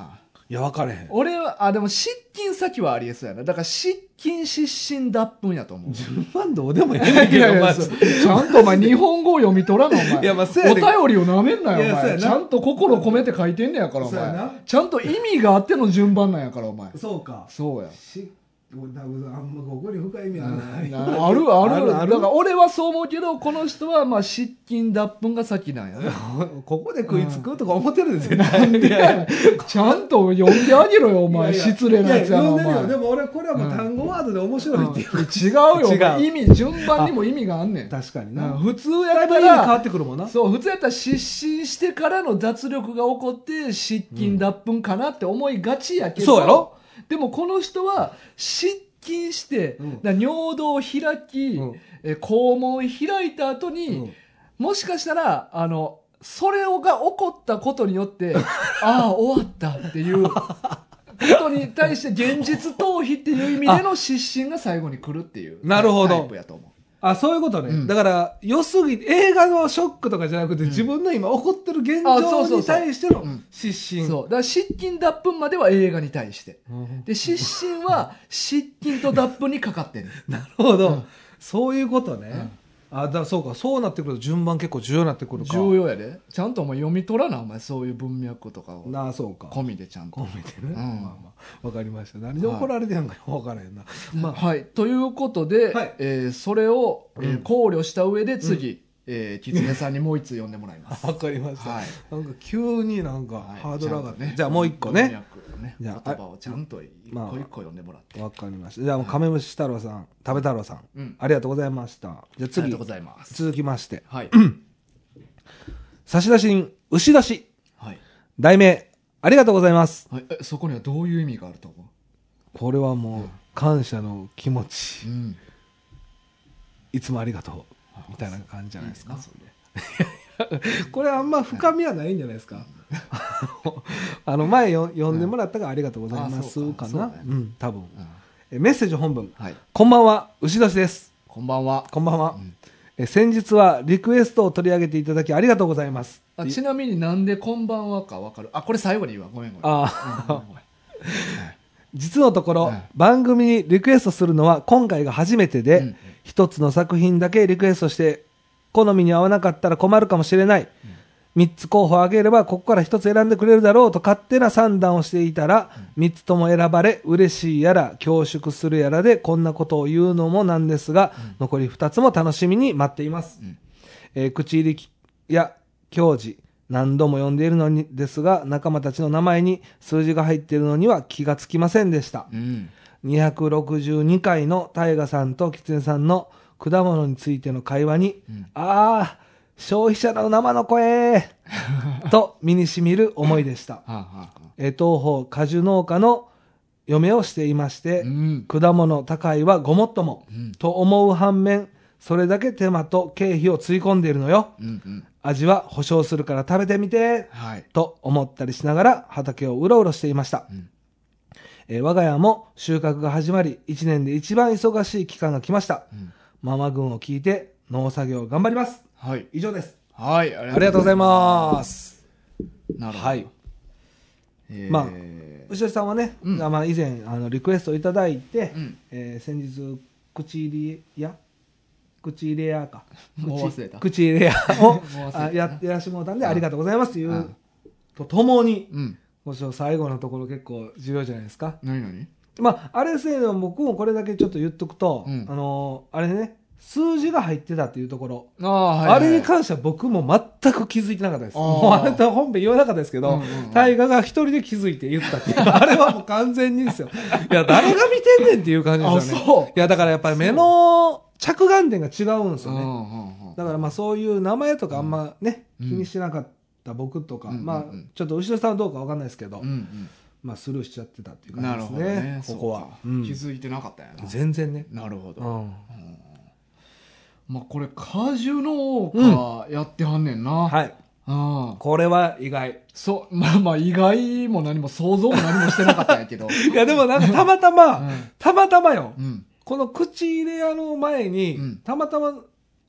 いや分かれへん。 俺はでも失禁先はありえそうやな。だから失禁失神脱粉やと思う。 順番どうでもいいねんけど、まあ、 ちゃんとお前日本語を読み取らなお前。 いやまあそうやねん。 お便りをなめんなよお前。 いやそうやなちゃんと心込めて書いてんねやからおそうやな前。ちゃんと意味があっての順番なんやからお前。 そうか。 そうや。 あんまここに深い意味はない。 あるだから俺はそう思うけど、この人はまあ失禁脱粉が先なんやね。 ここで食いつくとか思ってるんですよ。 なんでちゃんと読んであげろよお前。失礼なやつやなお前。 でも俺これはもう単語ワードで面白いっていう。 違うよ。意味、順番にも意味があんねん。 確かにな。 普通やったら、 意味変わってくるもんな。 そう、普通やったら失神してからの脱力が起こって失禁脱粉かなって思いがちやけど。 そうやろ？ でもこの人は失禁して、尿道を開き、肛門を開いた後に、もしかしたら、それが起こったことによって、ああ、終わったっていうことに対して現実逃避っていう意味での失神が最後に来るっていうなるほどタイプやと思う。 あ、そういうことね。だから、良すぎ、映画のショックとかじゃなくて、自分の今起こってる現状に対しての失神。 そう。だから失禁脱粉までは映画に対して。で、失神は失禁と脱粉にかかってる。 なるほど。そういうことね。そうか、そうなってくると順番結構重要になってくるか。 重要やで。ちゃんとお前読み取らな、お前そういう文脈とかを。 そうか。 込みでちゃんと。 込みでね。わかりました。何で怒られてんのか分からへんな。 はい。ということで、それを考慮した上で次、キツネさんにもう一つ読んでもらいます。 わかりました。なんか急になんかハードル上がって。じゃあもう一個ね。 言葉をちゃんと一個一個読んでもらって。 わかりました。じゃあカメムシ太郎さん、食べ太郎さん、ありがとうございました。じゃあ次、 ありがとうございます。 続きまして。 はい。 差出人、牛出し。 はい。 題名、ありがとうございます。 はい。そこにはどういう意味があると思う？ これはもう、感謝の気持ち。いつもありがとう。みたいな感じじゃないですか。これあんま深みはないんじゃないですか。前読んでもらったからありがとうございますかな。多分。メッセージ本文。こんばんは、牛年です。 こんばんは。 こんばんは。先日はリクエストを取り上げていただきありがとうございます。 ちなみになんでこんばんはかわかる？これ最後に言うわ。ごめん。 実のところ、番組にリクエストするのは今回が初めてで、一つの作品だけリクエストして好みに合わなかったら困るかもしれない、3つ候補を挙げればここから1つ選んでくれるだろうと勝手な算段をしていたら、3つとも選ばれ嬉しいやら恐縮するやらでこんなことを言うのもなんですが、残り2つも楽しみに待っています、口入りや教示何度も読んでいるのにですが、仲間たちの名前に数字が入っているのには気がつきませんでした、262回のタイガさんとキツネさんの果物についての会話に、消費者の生の声と身にしみる思いでした。東方果樹農家の嫁をしていまして、果物高いはごもっとも、と思う反面、それだけ手間と経費をつぎ込んでいるのよ。味は保証するから食べてみて、と思ったりしながら畑をうろうろしていました。我が家も収穫が始まり、1年で一番忙しい期間が来ました。ママ軍を聞いて農作業頑張ります。以上です。 はい、 ありがとうございます。 なるほど。 牛田さんはね、以前リクエストいただいて、先日口入れ屋か口入れ屋をやらしてもらったんでありがとうございますというとともに、最後のところ結構重要じゃないですか。 何？ あれですね、僕もこれだけちょっと言っとくと、あれね、数字が入ってたっていうところ、あれに関しては僕も全く気づいてなかったです。もうあれと本編言わなかったですけど、大河が一人で気づいて言ったっていう、あれはもう完全にですよ。いや、誰が見てんねんっていう感じですよね。いや、だからやっぱり目の着眼点が違うんですよね。だからそういう名前とかあんまね、気にしてなかった僕とか、ちょっと後ろさんはどうかわかんないですけど、スルーしちゃってたっていう感じですね。ここは気づいてなかったんやな。 全然ね。 なるほど。これ果樹農家やってはんねんな。 はい。これは意外。 意外も何も想像も何もしてなかったんやけど。 いやでもなんかたまたまよ。この口入れ屋の前に、たまたま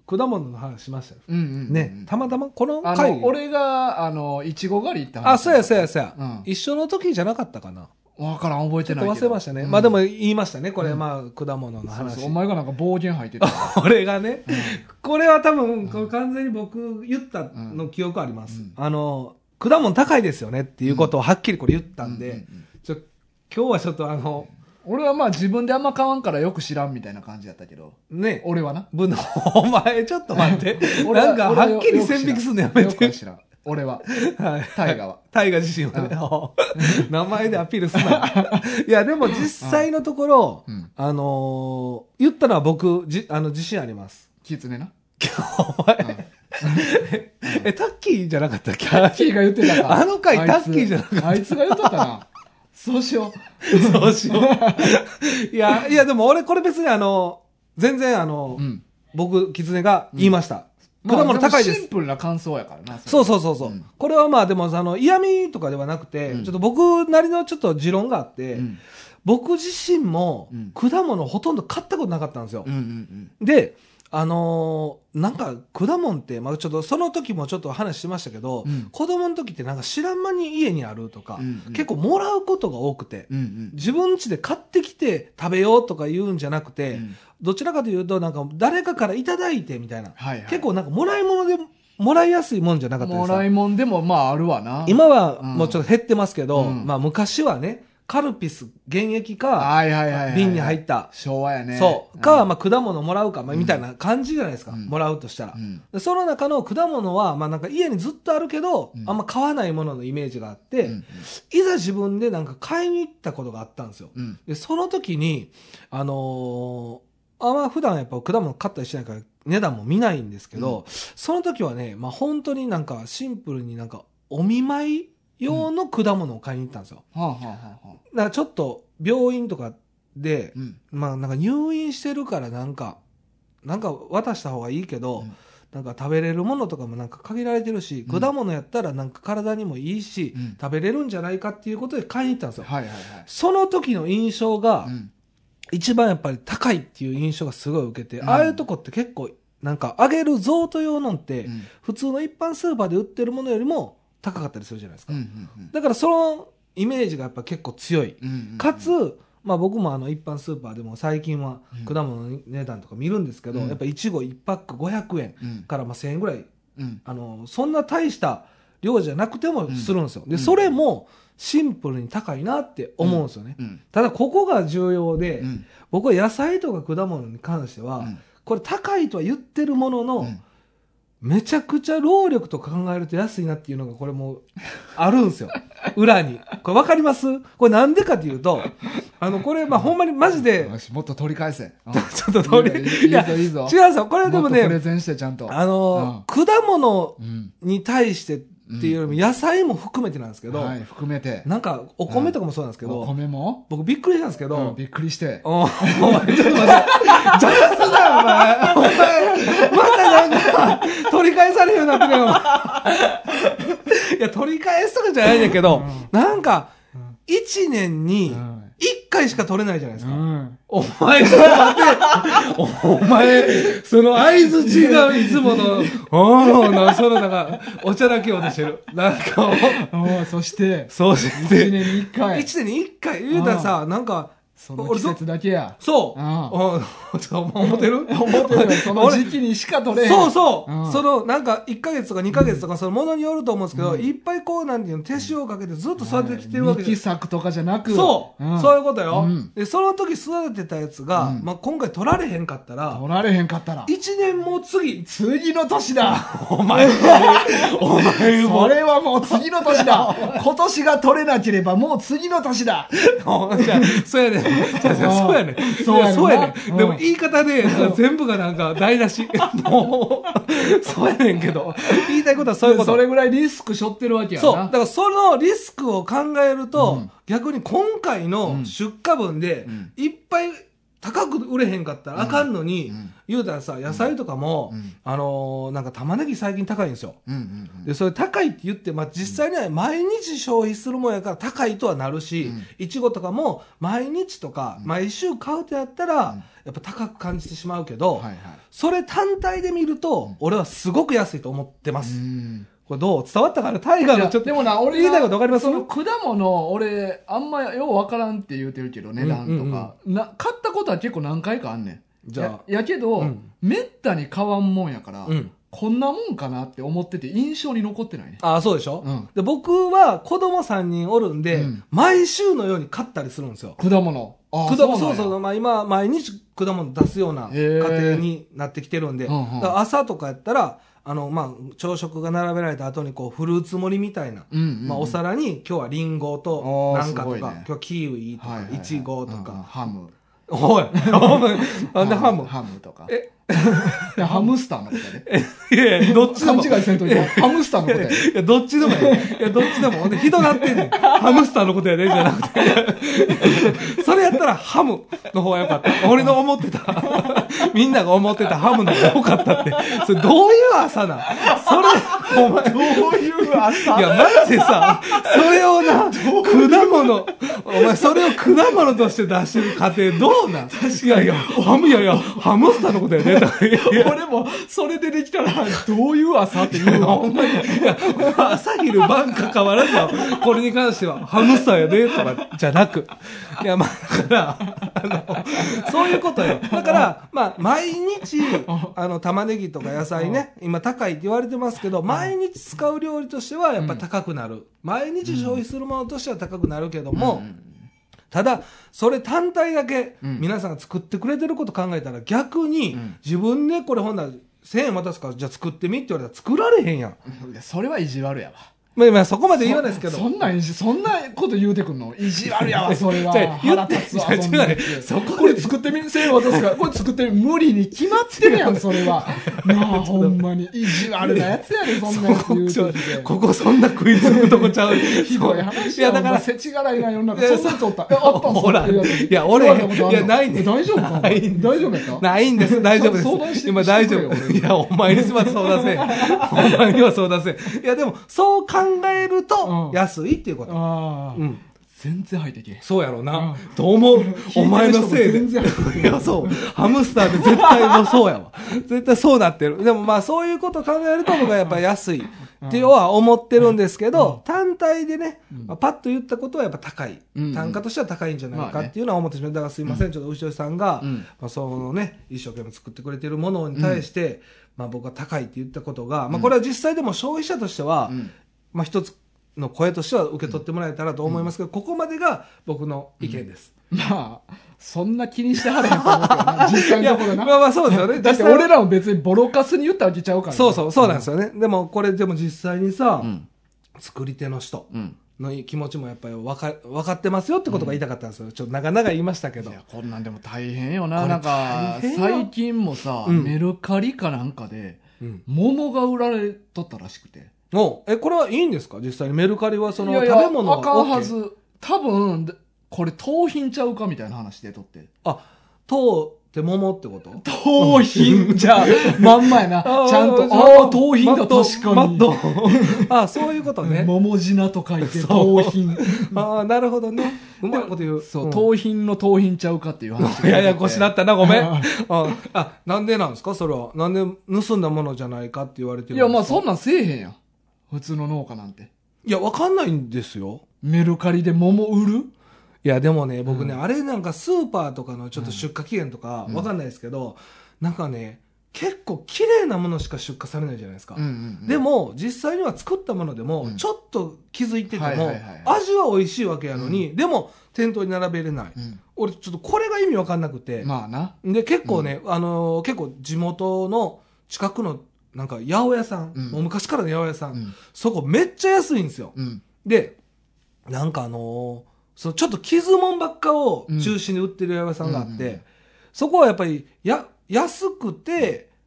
果物の話しましたよ。 うんうんうん、 ね。たまたまこの回。 俺が、いちご狩り行った話。あ、そうやそうやそうや、うん。一緒の時じゃなかったかな。 わからん、覚えてないけど。 ちょっと忘れましたね。うん、まあでも言いましたね。これ、まあ、果物の話。 そうそう、お前がなんか暴言吐いてた。 俺がね、うん、これは多分、これ完全に僕言ったの記憶あります。うん、果物高いですよねっていうことをはっきりこれ言ったんで、今日はちょっと俺はまあ自分であんま買わんからよく知らんみたいな感じだったけど。 ね。 俺はな。 お前ちょっと待って。なんかはっきり線引きすんのやめて。 知らん。俺は。はい。タイガは。 タイガ自身はね。名前でアピールすな。いや、でも実際のところ、言ったのは僕、自信あります。 キツネな。 お前。タッキーじゃなかったっけ？ タッキーが言ってたか。 あの回タッキーじゃなかった。 あいつが言っとったな。そうしよう。そうしよう。いや、でも俺これ別に全然僕、キツネが言いました。果物高いです。 シンプルな感想やからな。 そう。これはまあでも嫌味とかではなくて、ちょっと僕なりのちょっと持論があって、僕自身も果物ほとんど買ったことなかったんですよ。で、なんか果物って、まあちょっとその時もちょっと話しましたけど、子供の時ってなんか知らん間に家にあるとか、結構もらうことが多くて、自分家で買ってきて食べようとか言うんじゃなくて、どちらかというとなんか誰かからいただいてみたいな、結構なんかもらい物でもらいやすいもんじゃなかったですか。 もらい物でもまああるわな。 今はもうちょっと減ってますけど、まあ昔はね、カルピス原液か、瓶に入った。 昭和やね。 そう。か、まあ果物もらうか、まあみたいな感じじゃないですか。もらうとしたら。でその中の果物は、まあなんか家にずっとあるけど、あんま買わないもののイメージがあって、いざ自分でなんか買いに行ったことがあったんですよ。で、その時に、あんま普段やっぱ果物買ったりしないから値段も見ないんですけど、その時はね、まあ本当になんかシンプルになんかお見舞い用の果物を買いに行ったんですよ。だからちょっと病院とかで、まあなんか入院してるからなんか渡した方がいいけど、なんか食べれるものとかもなんか限られてるし、果物やったらなんか体にもいいし、食べれるんじゃないかっていうことで買いに行ったんですよ。その時の印象が、一番やっぱり高いっていう印象がすごい受けて、ああいうとこって結構なんかあげる贈答用のって、普通の一般スーパーで売ってるものよりも高かったりするじゃないですか。だからそのイメージがやっぱ結構強い。かつ、まあ僕も一般スーパーでも最近は果物の値段とか見るんですけど、やっぱいちご1パック500円からまあ1000円ぐらい、そんな大した量じゃなくてもするんですよ。で、それもシンプルに高いなって思うんですよね。ただここが重要で、僕は野菜とか果物に関しては、これ高いとは言ってるものの、めちゃくちゃ労力と考えると安いなっていうのがこれもあるんですよ。裏に。これわかります？これなんでかっていうと、これまあほんまにマジで。 もっと取り返せ。 ちょっと取り、いや、違うんですよ。これでもね、 プレゼンしてちゃんと。 果物に対してっていうよりも野菜も含めてなんですけど、 含めて。 なんかお米とかもそうなんですけど、 お米も僕びっくりしたんですけど、 びっくりして。 お前ちょっと待って、邪魔すなお前またなんか取り返されるようになってるよ。いや、取り返すとかじゃないんだけど、なんか1年に1回しか取れないじゃないですか。お前、ちょっと待って。お前、その合図違ういつもの、そのなんか、おちゃらけようとしてる。なんか、 そして、 1 年に1回。 1年に1回。言うたらさ、なんか、 その季節だけや。 そう。思ってるその時期にしか取れへん。 そう。その、なんか、1ヶ月とか2ヶ月とか、そのものによると思うんですけど、いっぱいこう、なんていうの、手塩をかけてずっと育ててきてるわけです。三期作とかじゃなく。 そう。そういうことよ。で、その時育てたやつが、まあ今回取られへんかったら、 1 年も次の年だ。 お前も。 それはもう次の年だ。今年が取れなければもう次の年だ。 そうやね。そうやね。そうやね。でも言い方で、全部がなんか台無し。もう、そうやねんけど。言いたいことはそういうこと。 それぐらいリスク背負ってるわけやな。 そう。だからそのリスクを考えると、逆に今回の出荷分で、いっぱい高く売れへんかったらあかんのに、言うたらさ、野菜とかも、なんか玉ねぎ最近高いんですよ。で、それ高いって言って、まあ実際には毎日消費するもんやから高いとはなるし、いちごとかも毎日とか毎週買うとやったら、やっぱ高く感じてしまうけど、それ単体で見ると、俺はすごく安いと思ってます。これどう伝わったかなタイガーのちょっと。 でもな、俺言いたいことわかります？ その果物、俺、あんまようわからんって言うてるけど、値段とか。買ったことは結構何回かあんねん。じゃあ。やけど、めったに買わんもんやから、こんなもんかなって思ってて印象に残ってないね。 ああ、そうでしょ、で僕は子供3人おるんで、毎週のように買ったりするんですよ。 果物。 そうそう。まあ今、毎日果物出すような家庭になってきてるんで、だから朝とかやったら、まあ、朝食が並べられた後にこうフルーツ盛りみたいな、まあ、お皿に今日はリンゴとなんかとか、今日はキウイとかイチゴとか、 ハム。 おい、なんでハムとか。ハムスターのことやね。 いやどっちでも。 勘違いせんといて。ハムスターのことやね。 いや、どっちでもいや、どっちでも。ひどなってんねん。ハムスターのことやね、じゃなくて。それやったらハムの方がよかった。俺の思ってた。みんなが思ってたハムの方が多かったって。それどういう朝なん？それ、お前。 どういう朝？ いや、マジでさ、それをな、果物、お前それを果物として出してる家庭どうなん？いやいや、ハムスターのことやね。 俺も、それでできたら、どういう朝っていうのほんまに。朝昼晩関わらずよ。これに関しては、ハムスターやで、とか、じゃなく。いや、まあ、だから、そういうことよ。だから、まあ、毎日、玉ねぎとか野菜ね、今高いって言われてますけど、毎日使う料理としては、やっぱ高くなる。毎日消費するものとしては高くなるけども、ただ、それ単体だけ皆さんが作ってくれてること考えたら逆に自分でこれほんなら1000円渡すからじゃあ作ってみって言われたら作られへんやん。 それは意地悪やわ。 まあそこまで言わないですけど。 そんなこと言うてくんの意地悪やわ、それは。 腹立つわ、そんなこれ作ってみ、1000円渡すから、これ作ってみ、無理に決まってるやん、それは。なあ、ほんまに。意地悪なやつやで、そんなやつ言うてきて。 ここそんな食いつくとこちゃう。 ひどい話や。だから、世知辛いな世の中。そんなやつおった。 あったんほら。いや、俺、いや、ないね。 大丈夫か？大丈夫やった？ ないんです、大丈夫です。 相談して今大丈夫。いや、お前にはそうだせ。お前にはそうだせ。いや、でも、そう考えると、安いっていうこと。 全然入ってけ。 そうやろうな。どう思う？お前のせいで。いや、そう。ハムスターで絶対もうそうやわ。絶対そうなってる。でもまあそういうこと考えると僕はやっぱ安いっては思ってるんですけど、単体でね、パッと言ったことはやっぱ高い。単価としては高いんじゃないかっていうのは思ってしまう。だからすいません、ちょっと牛尾さんが、そのね、一生懸命作ってくれてるものに対して、まあ僕は高いって言ったことが、まあこれは実際でも消費者としては、まあ一つ、の声としては受け取ってもらえたらと思いますけど、ここまでが僕の意見です。 まあ、そんな気にしてはれへんと思うけどな、実際のところな。 まあそうですよね。 だって俺らも別にボロカスに言ったわけちゃうからね。 そうなんですよね。でもこれでも実際にさ、作り手の人の気持ちもやっぱり分かってますよってことが言いたかったんですよ。ちょっと長々言いましたけど。いや、 こんなんでも大変よな。なんか、最近もさ、メルカリかなんかで、桃が売られとったらしくて。 これはいいんですか実際にメルカリはその食べ物は OK？ あかんはず。多分、これ盗品ちゃうかみたいな話でとって。 盗って桃ってこと？ 盗品じゃあ、まんまやな。ちゃんと、盗品だ、確かに。 そういうことね。 桃品と書いて、盗品。 なるほどね。うまいこと言う。 そう、盗品の盗品ちゃうかっていう話。 ややこしなったな、ごめん。なんでなんですかそれは。なんで盗んだものじゃないかって言われてるんですか？ いや、まあそんなんせえへんやん。普通の農家なんて。 いや、わかんないんですよ。 メルカリで桃売る？ いや、でもね、僕ね、あれなんかスーパーとかのちょっと出荷期限とかわかんないですけど、なんかね、結構綺麗なものしか出荷されないじゃないですか。でも、実際には作ったものでも、ちょっと気づいてても、味は美味しいわけやのに、でも、店頭に並べれない。俺、ちょっとこれが意味わかんなくて。 まあな。 で、結構ね、結構地元の近くのなんか八百屋さん、もう昔からの八百屋さん、そこめっちゃ安いんですよ。で、なんかそのちょっと傷もんばっかを中心に売ってる八百屋さんがあって、そこはやっぱり安くて、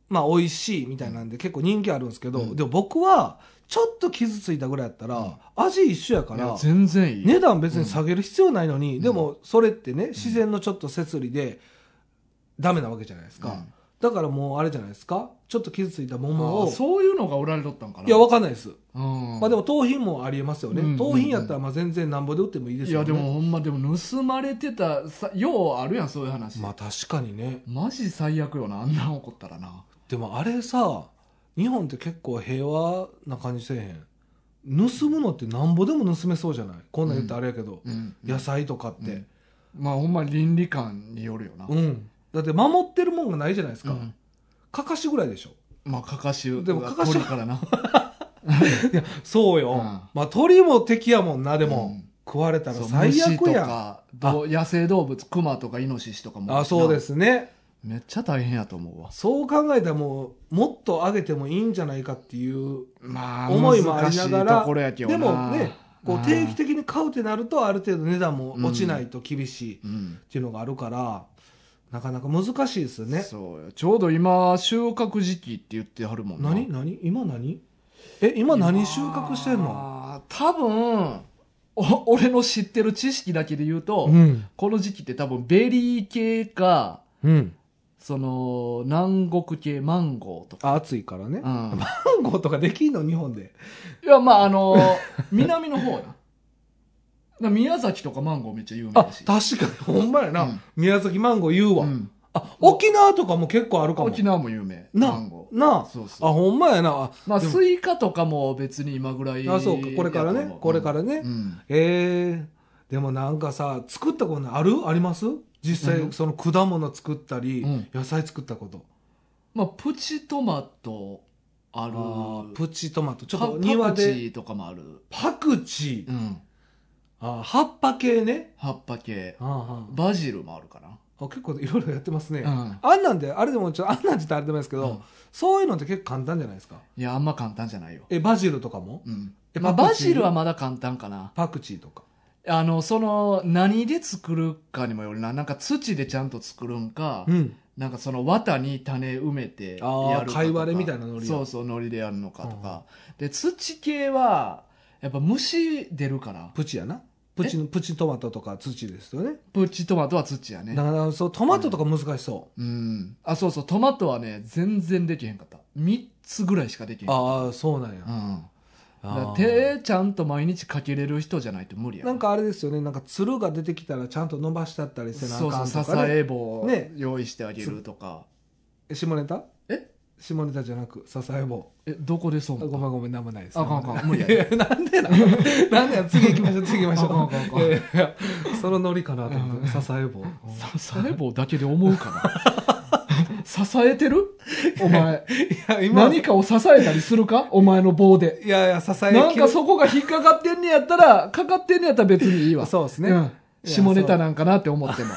まあ美味しいみたいなんで結構人気あるんですけど、でも僕はちょっと傷ついたぐらいやったら、味一緒やから全然いい値段別に下げる必要ないのに、でもそれってね自然のちょっと摂理でダメなわけじゃないですか、だからもうあれじゃないですか、ちょっと傷ついた桃を。 そういうのが売られとったんかな。 いやわかんないです、まあでも盗品もありえますよね、盗品やったらまあ全然なんぼで売ってもいいですよね。 いやでもほんまでも盗まれてたようあるやんそういう話。 まあ確かにね、 マジ最悪よな、あんなん起こったらな。 でもあれさ、日本って結構平和な感じせえへん。盗むのってなんぼでも盗めそうじゃない、こんなん言ってあれやけど、野菜とかって、 まあほんま倫理観によるよな。 だって守ってるもんがないじゃないですか、かかしぐらいでしょ。 まあかかしでもかかしからないやそうよ、まあ鳥も敵やもんな。でも、食われたら最悪やん。 虫とか野生動物、クマとかイノシシとかも。 そうですね、 めっちゃ大変やと思うわ。 そう考えたらもっと上げてもいいんじゃないかっていうまあ思いもありながら、 でもねこう定期的に買うってなるとある程度値段も落ちないと厳しいっていうのがあるから、なかなか難しいですよね。 そうよ、ちょうど今収穫時期って言ってはるもんな。 今何収穫してんの？ 多分俺の知ってる知識だけで言うと、この時期って多分ベリー系か、その南国系マンゴーとか。 暑いからね、マンゴーとかできんの日本で？ いやまあ南の方な。宮崎とかマンゴーめっちゃ有名だし。 確かにほんまやな、宮崎マンゴー言うわ、沖縄とかも結構あるかも。 沖縄も有名マンゴーなあ。そうそう、ほんまやな。 まあスイカとかも別に今ぐらい。 そうか、これからね、でもなんかさ、作ったことあります？実際その果物作ったり、野菜作ったこと。 まあプチトマトある。 プチトマトちょっと庭で。 パクチーとかもある。 パクチー、葉っぱ系ね。 葉っぱ系。バジルもあるかな。 結構いろいろやってますね、あんなんであれでもあんなんってあれでもいいですけど、そういうのって結構簡単じゃないですか。 いやあんま簡単じゃないよ。 バジルとかも、 まあ、バジルはまだ簡単かな。 パクチーとかその何で作るかにもよるな。なんか土でちゃんと作るんか、なんかその綿に種埋めてやるかとか、 貝割れみたいなのり、 そうそうのりでやるのかとか、で土系はやっぱ虫出るから。 プチやな。プチトマトとか土ですよね。 プチトマトは土やね。 だからそうトマトとか難しそう。 そうそう、トマトはね全然できへんかった。3つぐらいしかできへん。 そうなんや。 手ちゃんと毎日かけれる人じゃないと無理や。 なんかあれですよね、なんかつるが出てきたらちゃんと伸ばしてあったりせなあかんとかね。 そうそう、支え棒用意してあげるとか。 下ネタ？下ネタじゃなく支え棒。 どこでそう？ ごめんなんもないです。 無理や。 なんで次行きましょう。そのノリかなと思って支え棒。 支え棒だけで思うかな。支えてる？お前。何かを支えたりするか？お前の棒で。 いや支え。 なんかそこが引っかかってんねやったら別にいいわ。 そうですね。 下ネタなんかなって思っても。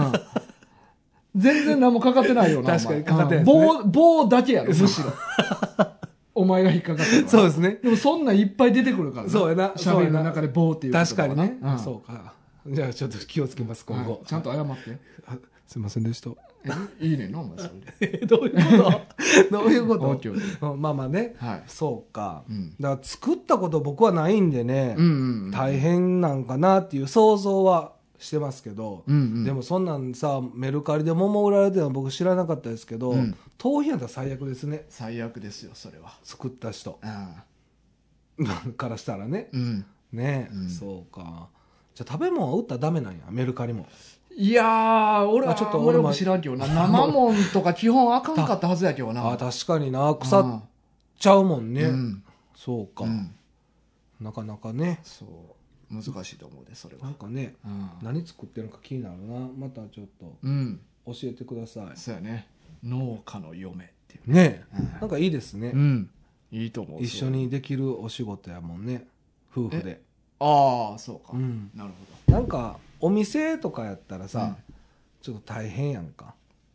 全然何もかかってないよな。 確かにかかってないですね。棒だけやろ、むしろ。お前が引っかかってる。 そうですね。 でもそんなんいっぱい出てくるからな。 そうやな。 喋りの中で棒っていう。 確かにね。そうか。じゃあちょっと気をつけます、今後。 ちゃんと謝って。 すいませんでした。 いいねんな、お前それで。 どういうことまあまあね。そうか。だから作ったこと僕はないんでね、大変なんかなっていう想像はしてますけど、でもそんなんさ、メルカリで桃売られてるの僕知らなかったですけど、盗品やったら最悪ですね。 最悪ですよ、それは。 作った人からしたらね。ね、そうか。じゃあ食べ物は売ったらダメなんや、メルカリも。 いやー、俺はちょっと俺も知らんけどな。生もんとか基本あかんかったはずやけどな。 確かにな、腐っちゃうもんね。そうか。なかなかね。 そう。難しいと思うで、それは。 なんかね、何作ってるのか気になるな。またちょっと教えてください。 そうやね。農家の嫁っていうね。なんかいいですね。 いいと思う。 一緒にできるお仕事やもんね、夫婦で。 ああ、そうか。なるほど。なんかお店とかやったらさ、ちょっと大変やんか。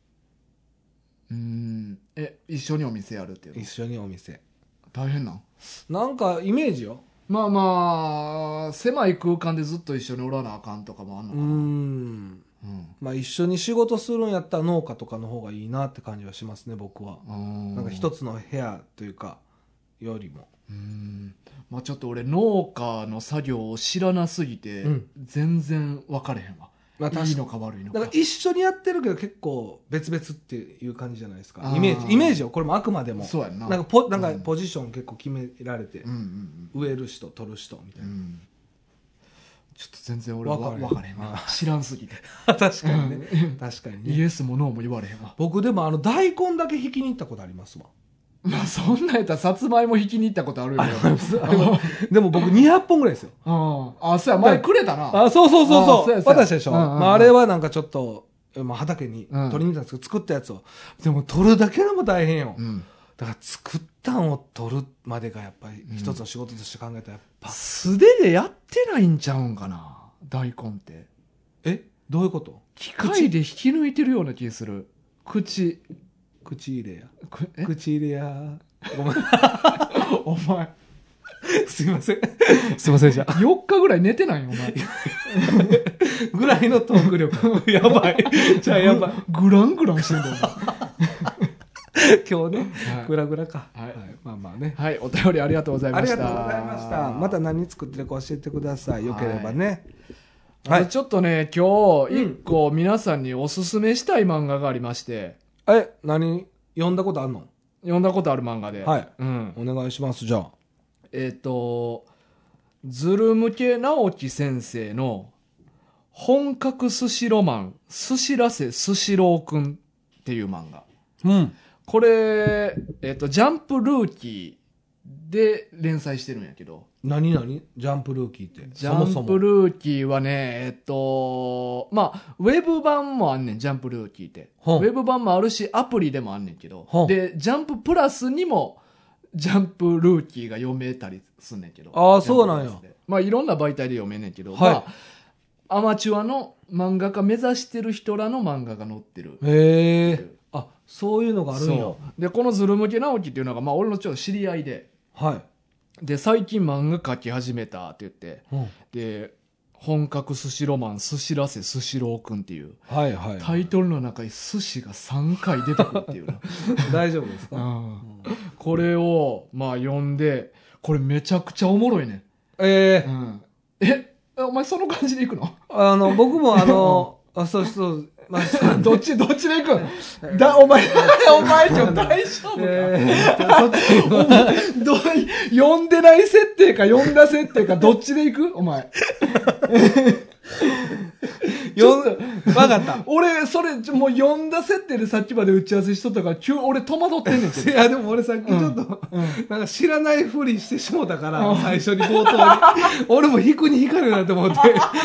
一緒にお店やるっていうの？ 一緒にお店大変なんかイメージよ。 まあまあ狭い空間でずっと一緒におらなあかんとかもあんのかな。 まあ一緒に仕事するんやったら農家とかの方がいいなって感じはしますね、僕は。なんか一つの部屋というかよりも。 まあちょっと俺農家の作業を知らなすぎて、全然分かれへんわ。まあ、いいのか悪いのか。 だから一緒にやってるけど結構別々っていう感じじゃないですか。イメージをこれもあくまでも。 そうやんな。 なんかポジション結構決められて、植える人取る人みたいな。 ちょっと全然俺は分かれへんな。知らんすぎて。 確かにね。確かにね。 イエスもノーも言われへんわ。 僕でも大根だけ引きに行ったことありますわ。 まあそんなんやったらさつまいも引きに行ったことあるよ。 でも僕200本ぐらいですよ。 あ、そうや、前くれたな。 そう渡したでしょ。まああれはなんかちょっと、まあ畑に取りに行ったんですけど、作ったやつを。でも取るだけでも大変よ。だから作ったんを取るまでがやっぱり一つの仕事として考えたらやっぱ。 素手でやってないんちゃうんかな、大根って。 どういうこと？ 機械で引き抜いてるような気がする。口入れや。口入れや。ごめん。 お前。 すいません。すいませんじゃあ。 4日ぐらい寝てないよ、お前。 ぐらいのトーク力。やばい。じゃあやばい。 グラングランしてんだよ、 今日ね、グラグラか。まあまあね。 はい、お便りありがとうございました。 ありがとうございました。また何作ってるか教えてください。よければね。 ちょっとね、今日、一個皆さんにおすすめしたい漫画がありまして。 何読んだことあるの？ 読んだことある漫画で。 はい。お願いします、じゃあ。 ズルムケ直樹先生の本格寿司ロマン、寿司らせ寿司郎くんっていう漫画。これ、ジャンプルーキーで連載してるんやけど。 何ジャンプルーキーって。 ジャンプルーキーはね、まあ、ウェブ版もあんねん、ジャンプルーキーって。ウェブ版もあるし、アプリでもあんねんけど。で、ジャンププラスにも、ジャンプルーキーが読めたりすんねんけど。 そうなんや。 まあ、いろんな媒体で読めんねんけど、まあ、アマチュアの漫画家目指してる人らの漫画が載ってる。 そういうのがあるんや。 で、このズルムケ直樹っていうのが、まあ、俺のちょっと知り合いで。で、最近漫画描き始めたって言って、で、本格寿司ロマン、寿司らせ寿司郎くんっていう、タイトルの中に寿司が3回出てくるっていう大丈夫ですか？ これを、まあ読んで、これめちゃくちゃおもろいね。お前その感じでいくの？ 僕もそう。 どっちで行くん？お前ちょ、大丈夫か？読んでない設定か読んだ設定かどっちで行く？お前。 わかった。 俺、それ、もう読んだ設定でさっきまで打ち合わせしとったから、俺戸惑ってんねんけど。 いや、でも俺さっきちょっと、なんか知らないふりしてしもたから、最初に冒頭に。俺も引くに引かれるなと思って、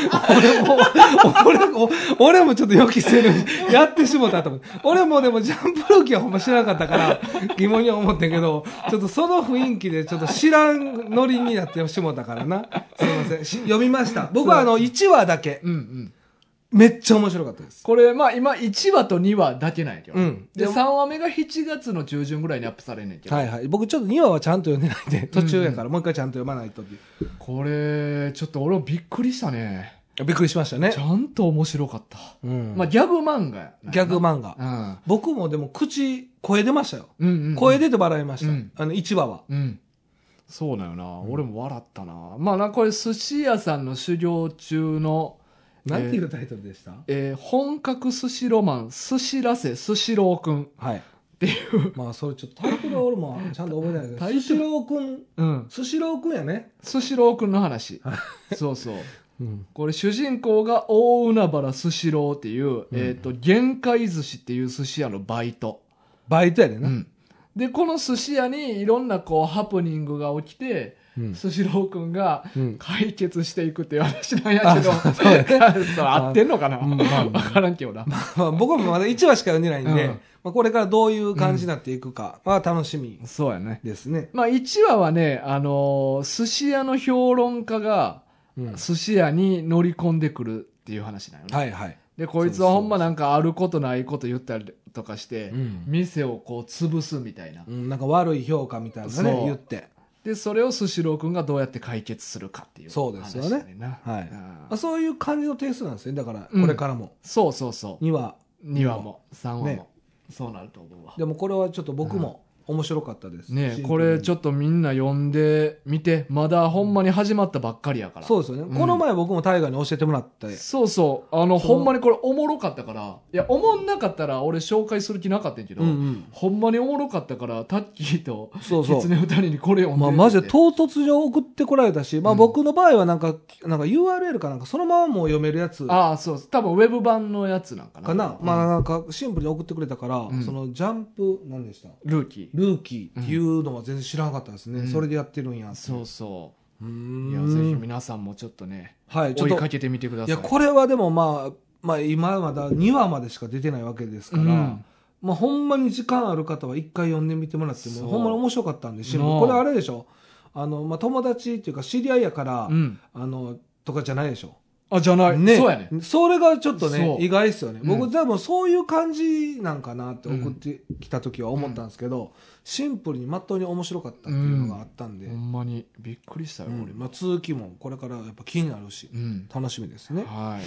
俺もちょっと予期せる、やってしもたと思って。俺もでもジャンプルーキーはほんま知らなかったから、疑問には思ってんけど、ちょっとその雰囲気でちょっと知らんノリになってしもたからな。すいません。読みました。僕は1話だけ。めっちゃ面白かったです。 これ、まあ今1話と2話だけなんやけど。で、3話目が7月の中旬ぐらいにアップされんねんけど。 僕ちょっと2話はちゃんと読んでないんで、途中やからもう一回ちゃんと読まないとっていう。 これ、ちょっと俺もびっくりしたね。 びっくりしましたね。 ちゃんと面白かった。まあギャグ漫画や。 ギャグ漫画。僕もでも声出ましたよ。声出て笑いました。1話は。 そうだよな。俺も笑ったな。まあこれ寿司屋さんの修行中の、 なんていうタイトルでした？ 本格寿司ロマン、寿司らせ寿司郎くん。っていう。 まあそれちょっとタイトルは俺もちゃんと覚えてないけど、寿司郎くん。寿司郎くんやね。 寿司郎くんの話。そうそう。これ主人公が大海原寿司郎っていう、限界寿司っていう寿司屋のバイト。 バイトやでな。 で、この寿司屋にいろんなハプニングが起きて、寿司郎くんが解決していくっていう話なんやけど、合ってんのかな？わからんけどな。 僕もまだ1話しか読んでないんで、これからどういう感じになっていくかは楽しみですね。 そうやね。まあ1話はね、寿司屋の評論家が寿司屋に乗り込んでくるっていう話なんよね。で、こいつはほんまなんかあることないこと言ったりとかして、店を潰すみたいな。 なんか悪い評価みたいなね、言って。 でそれをスシロー君がどうやって解決するかっていうそうですよね。はい。そういう感じの点数なんですね。だからこれからも、 そうそうそう、 2話も3話も、ね、そうなると思うわ。 でもこれはちょっと僕も面白かったですね。これちょっとみんな読んでみて、まだほんまに始まったばっかりやから。 そうですよね、この前僕も大河に教えてもらって、 そうそう、ほんまにこれおもろかったから、いやおもんなかったら俺紹介する気なかったんやけど、ほんまにおもろかったからタッキーとキツネ二人にこれ読んで、 マジで唐突に送ってこられたし、僕の場合はなんか URL かなんかそのままもう読めるやつ、 そう多分ウェブ版のやつなんかな、 なんかシンプルに送ってくれたから、そのジャンプ何でした、ルーキーっていうのは全然知らなかったですね、それでやってるんやって。 そうそう、いやぜひ皆さんもちょっとね、追いかけてみてください。 いやこれはでも今まだ2話までしか出てないわけですから、ほんまに時間ある方は一回読んでみてもらってもほんまに面白かったんで、これあれでしょ、友達っていうか知り合いやから、とかじゃないでしょ。 じゃない、ね、そうやね。 それがちょっとね意外ですよね。僕多分そういう感じなんかなって送ってきた時は思ったんですけど、シンプルにまっとうに面白かったっていうのがあったんで、 ほんまにびっくりしたよ、俺。 続きもこれからやっぱ気になるし、楽しみですね。 はい、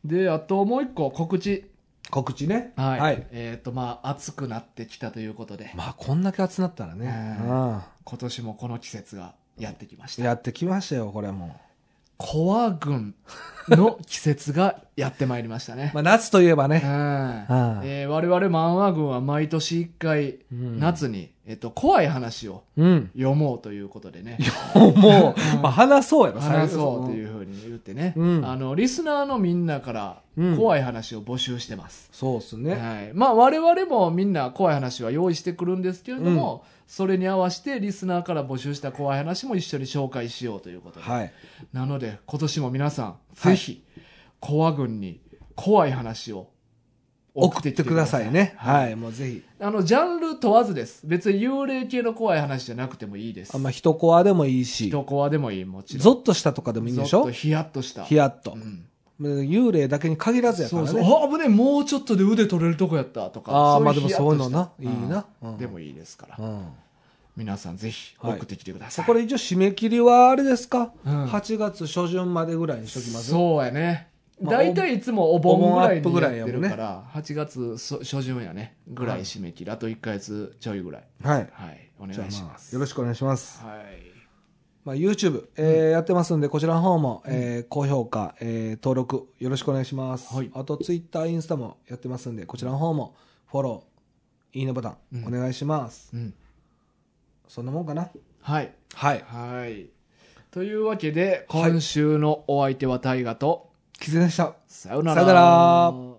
であともう一個告知ね。はい、暑くなってきたということで、 こんだけ暑くなったらね、 今年もこの季節がやってきました。 やってきましたよ、これもう。 コア軍の季節がやってまいりましたね。 夏といえばね、 我々漫画軍は毎年1回夏に、怖い話を読もうということでね、 もう、話そうやろ、 話そうというふうに言ってね、リスナーのみんなから怖い話を募集してます。 そうですね。 我々もみんな怖い話は用意してくるんですけれども、それに合わせてリスナーから募集した怖い話も一緒に紹介しようということで、なので今年も皆さんぜひコア軍に怖い話を送ってくださいね。もうぜひ。 ジャンル問わずです。別に幽霊系の怖い話じゃなくてもいいです。 人コアでもいいし。 人コアでもいい、もちろん。 ゾッとしたとかでもいいでしょ。 ゾッとヒヤッとした。 ヒヤッと。幽霊だけに限らずやからね。 危ねえ、もうちょっとで腕取れるとこやったとか。 でもそういうのな。いいな。 でもいいですから。皆さんぜひ送ってきてください。 これ一応締め切りはあれですか、8月初旬までぐらいにしときます。 そうやね。大体いつもお盆ぐらいにやってるから、8月初旬やねぐらい締め切り、あと1ヶ月ちょいぐらい。お願いします。 よろしくお願いします。YouTube やってますんで、こちらの方も高評価登録よろしくお願いします。あと Twitter、インスタもやってますんで、こちらの方もフォロー、いいねボタンお願いします。そんなもんかな。はい。というわけで、今週のお相手は大河とキツネでした。 さよなら。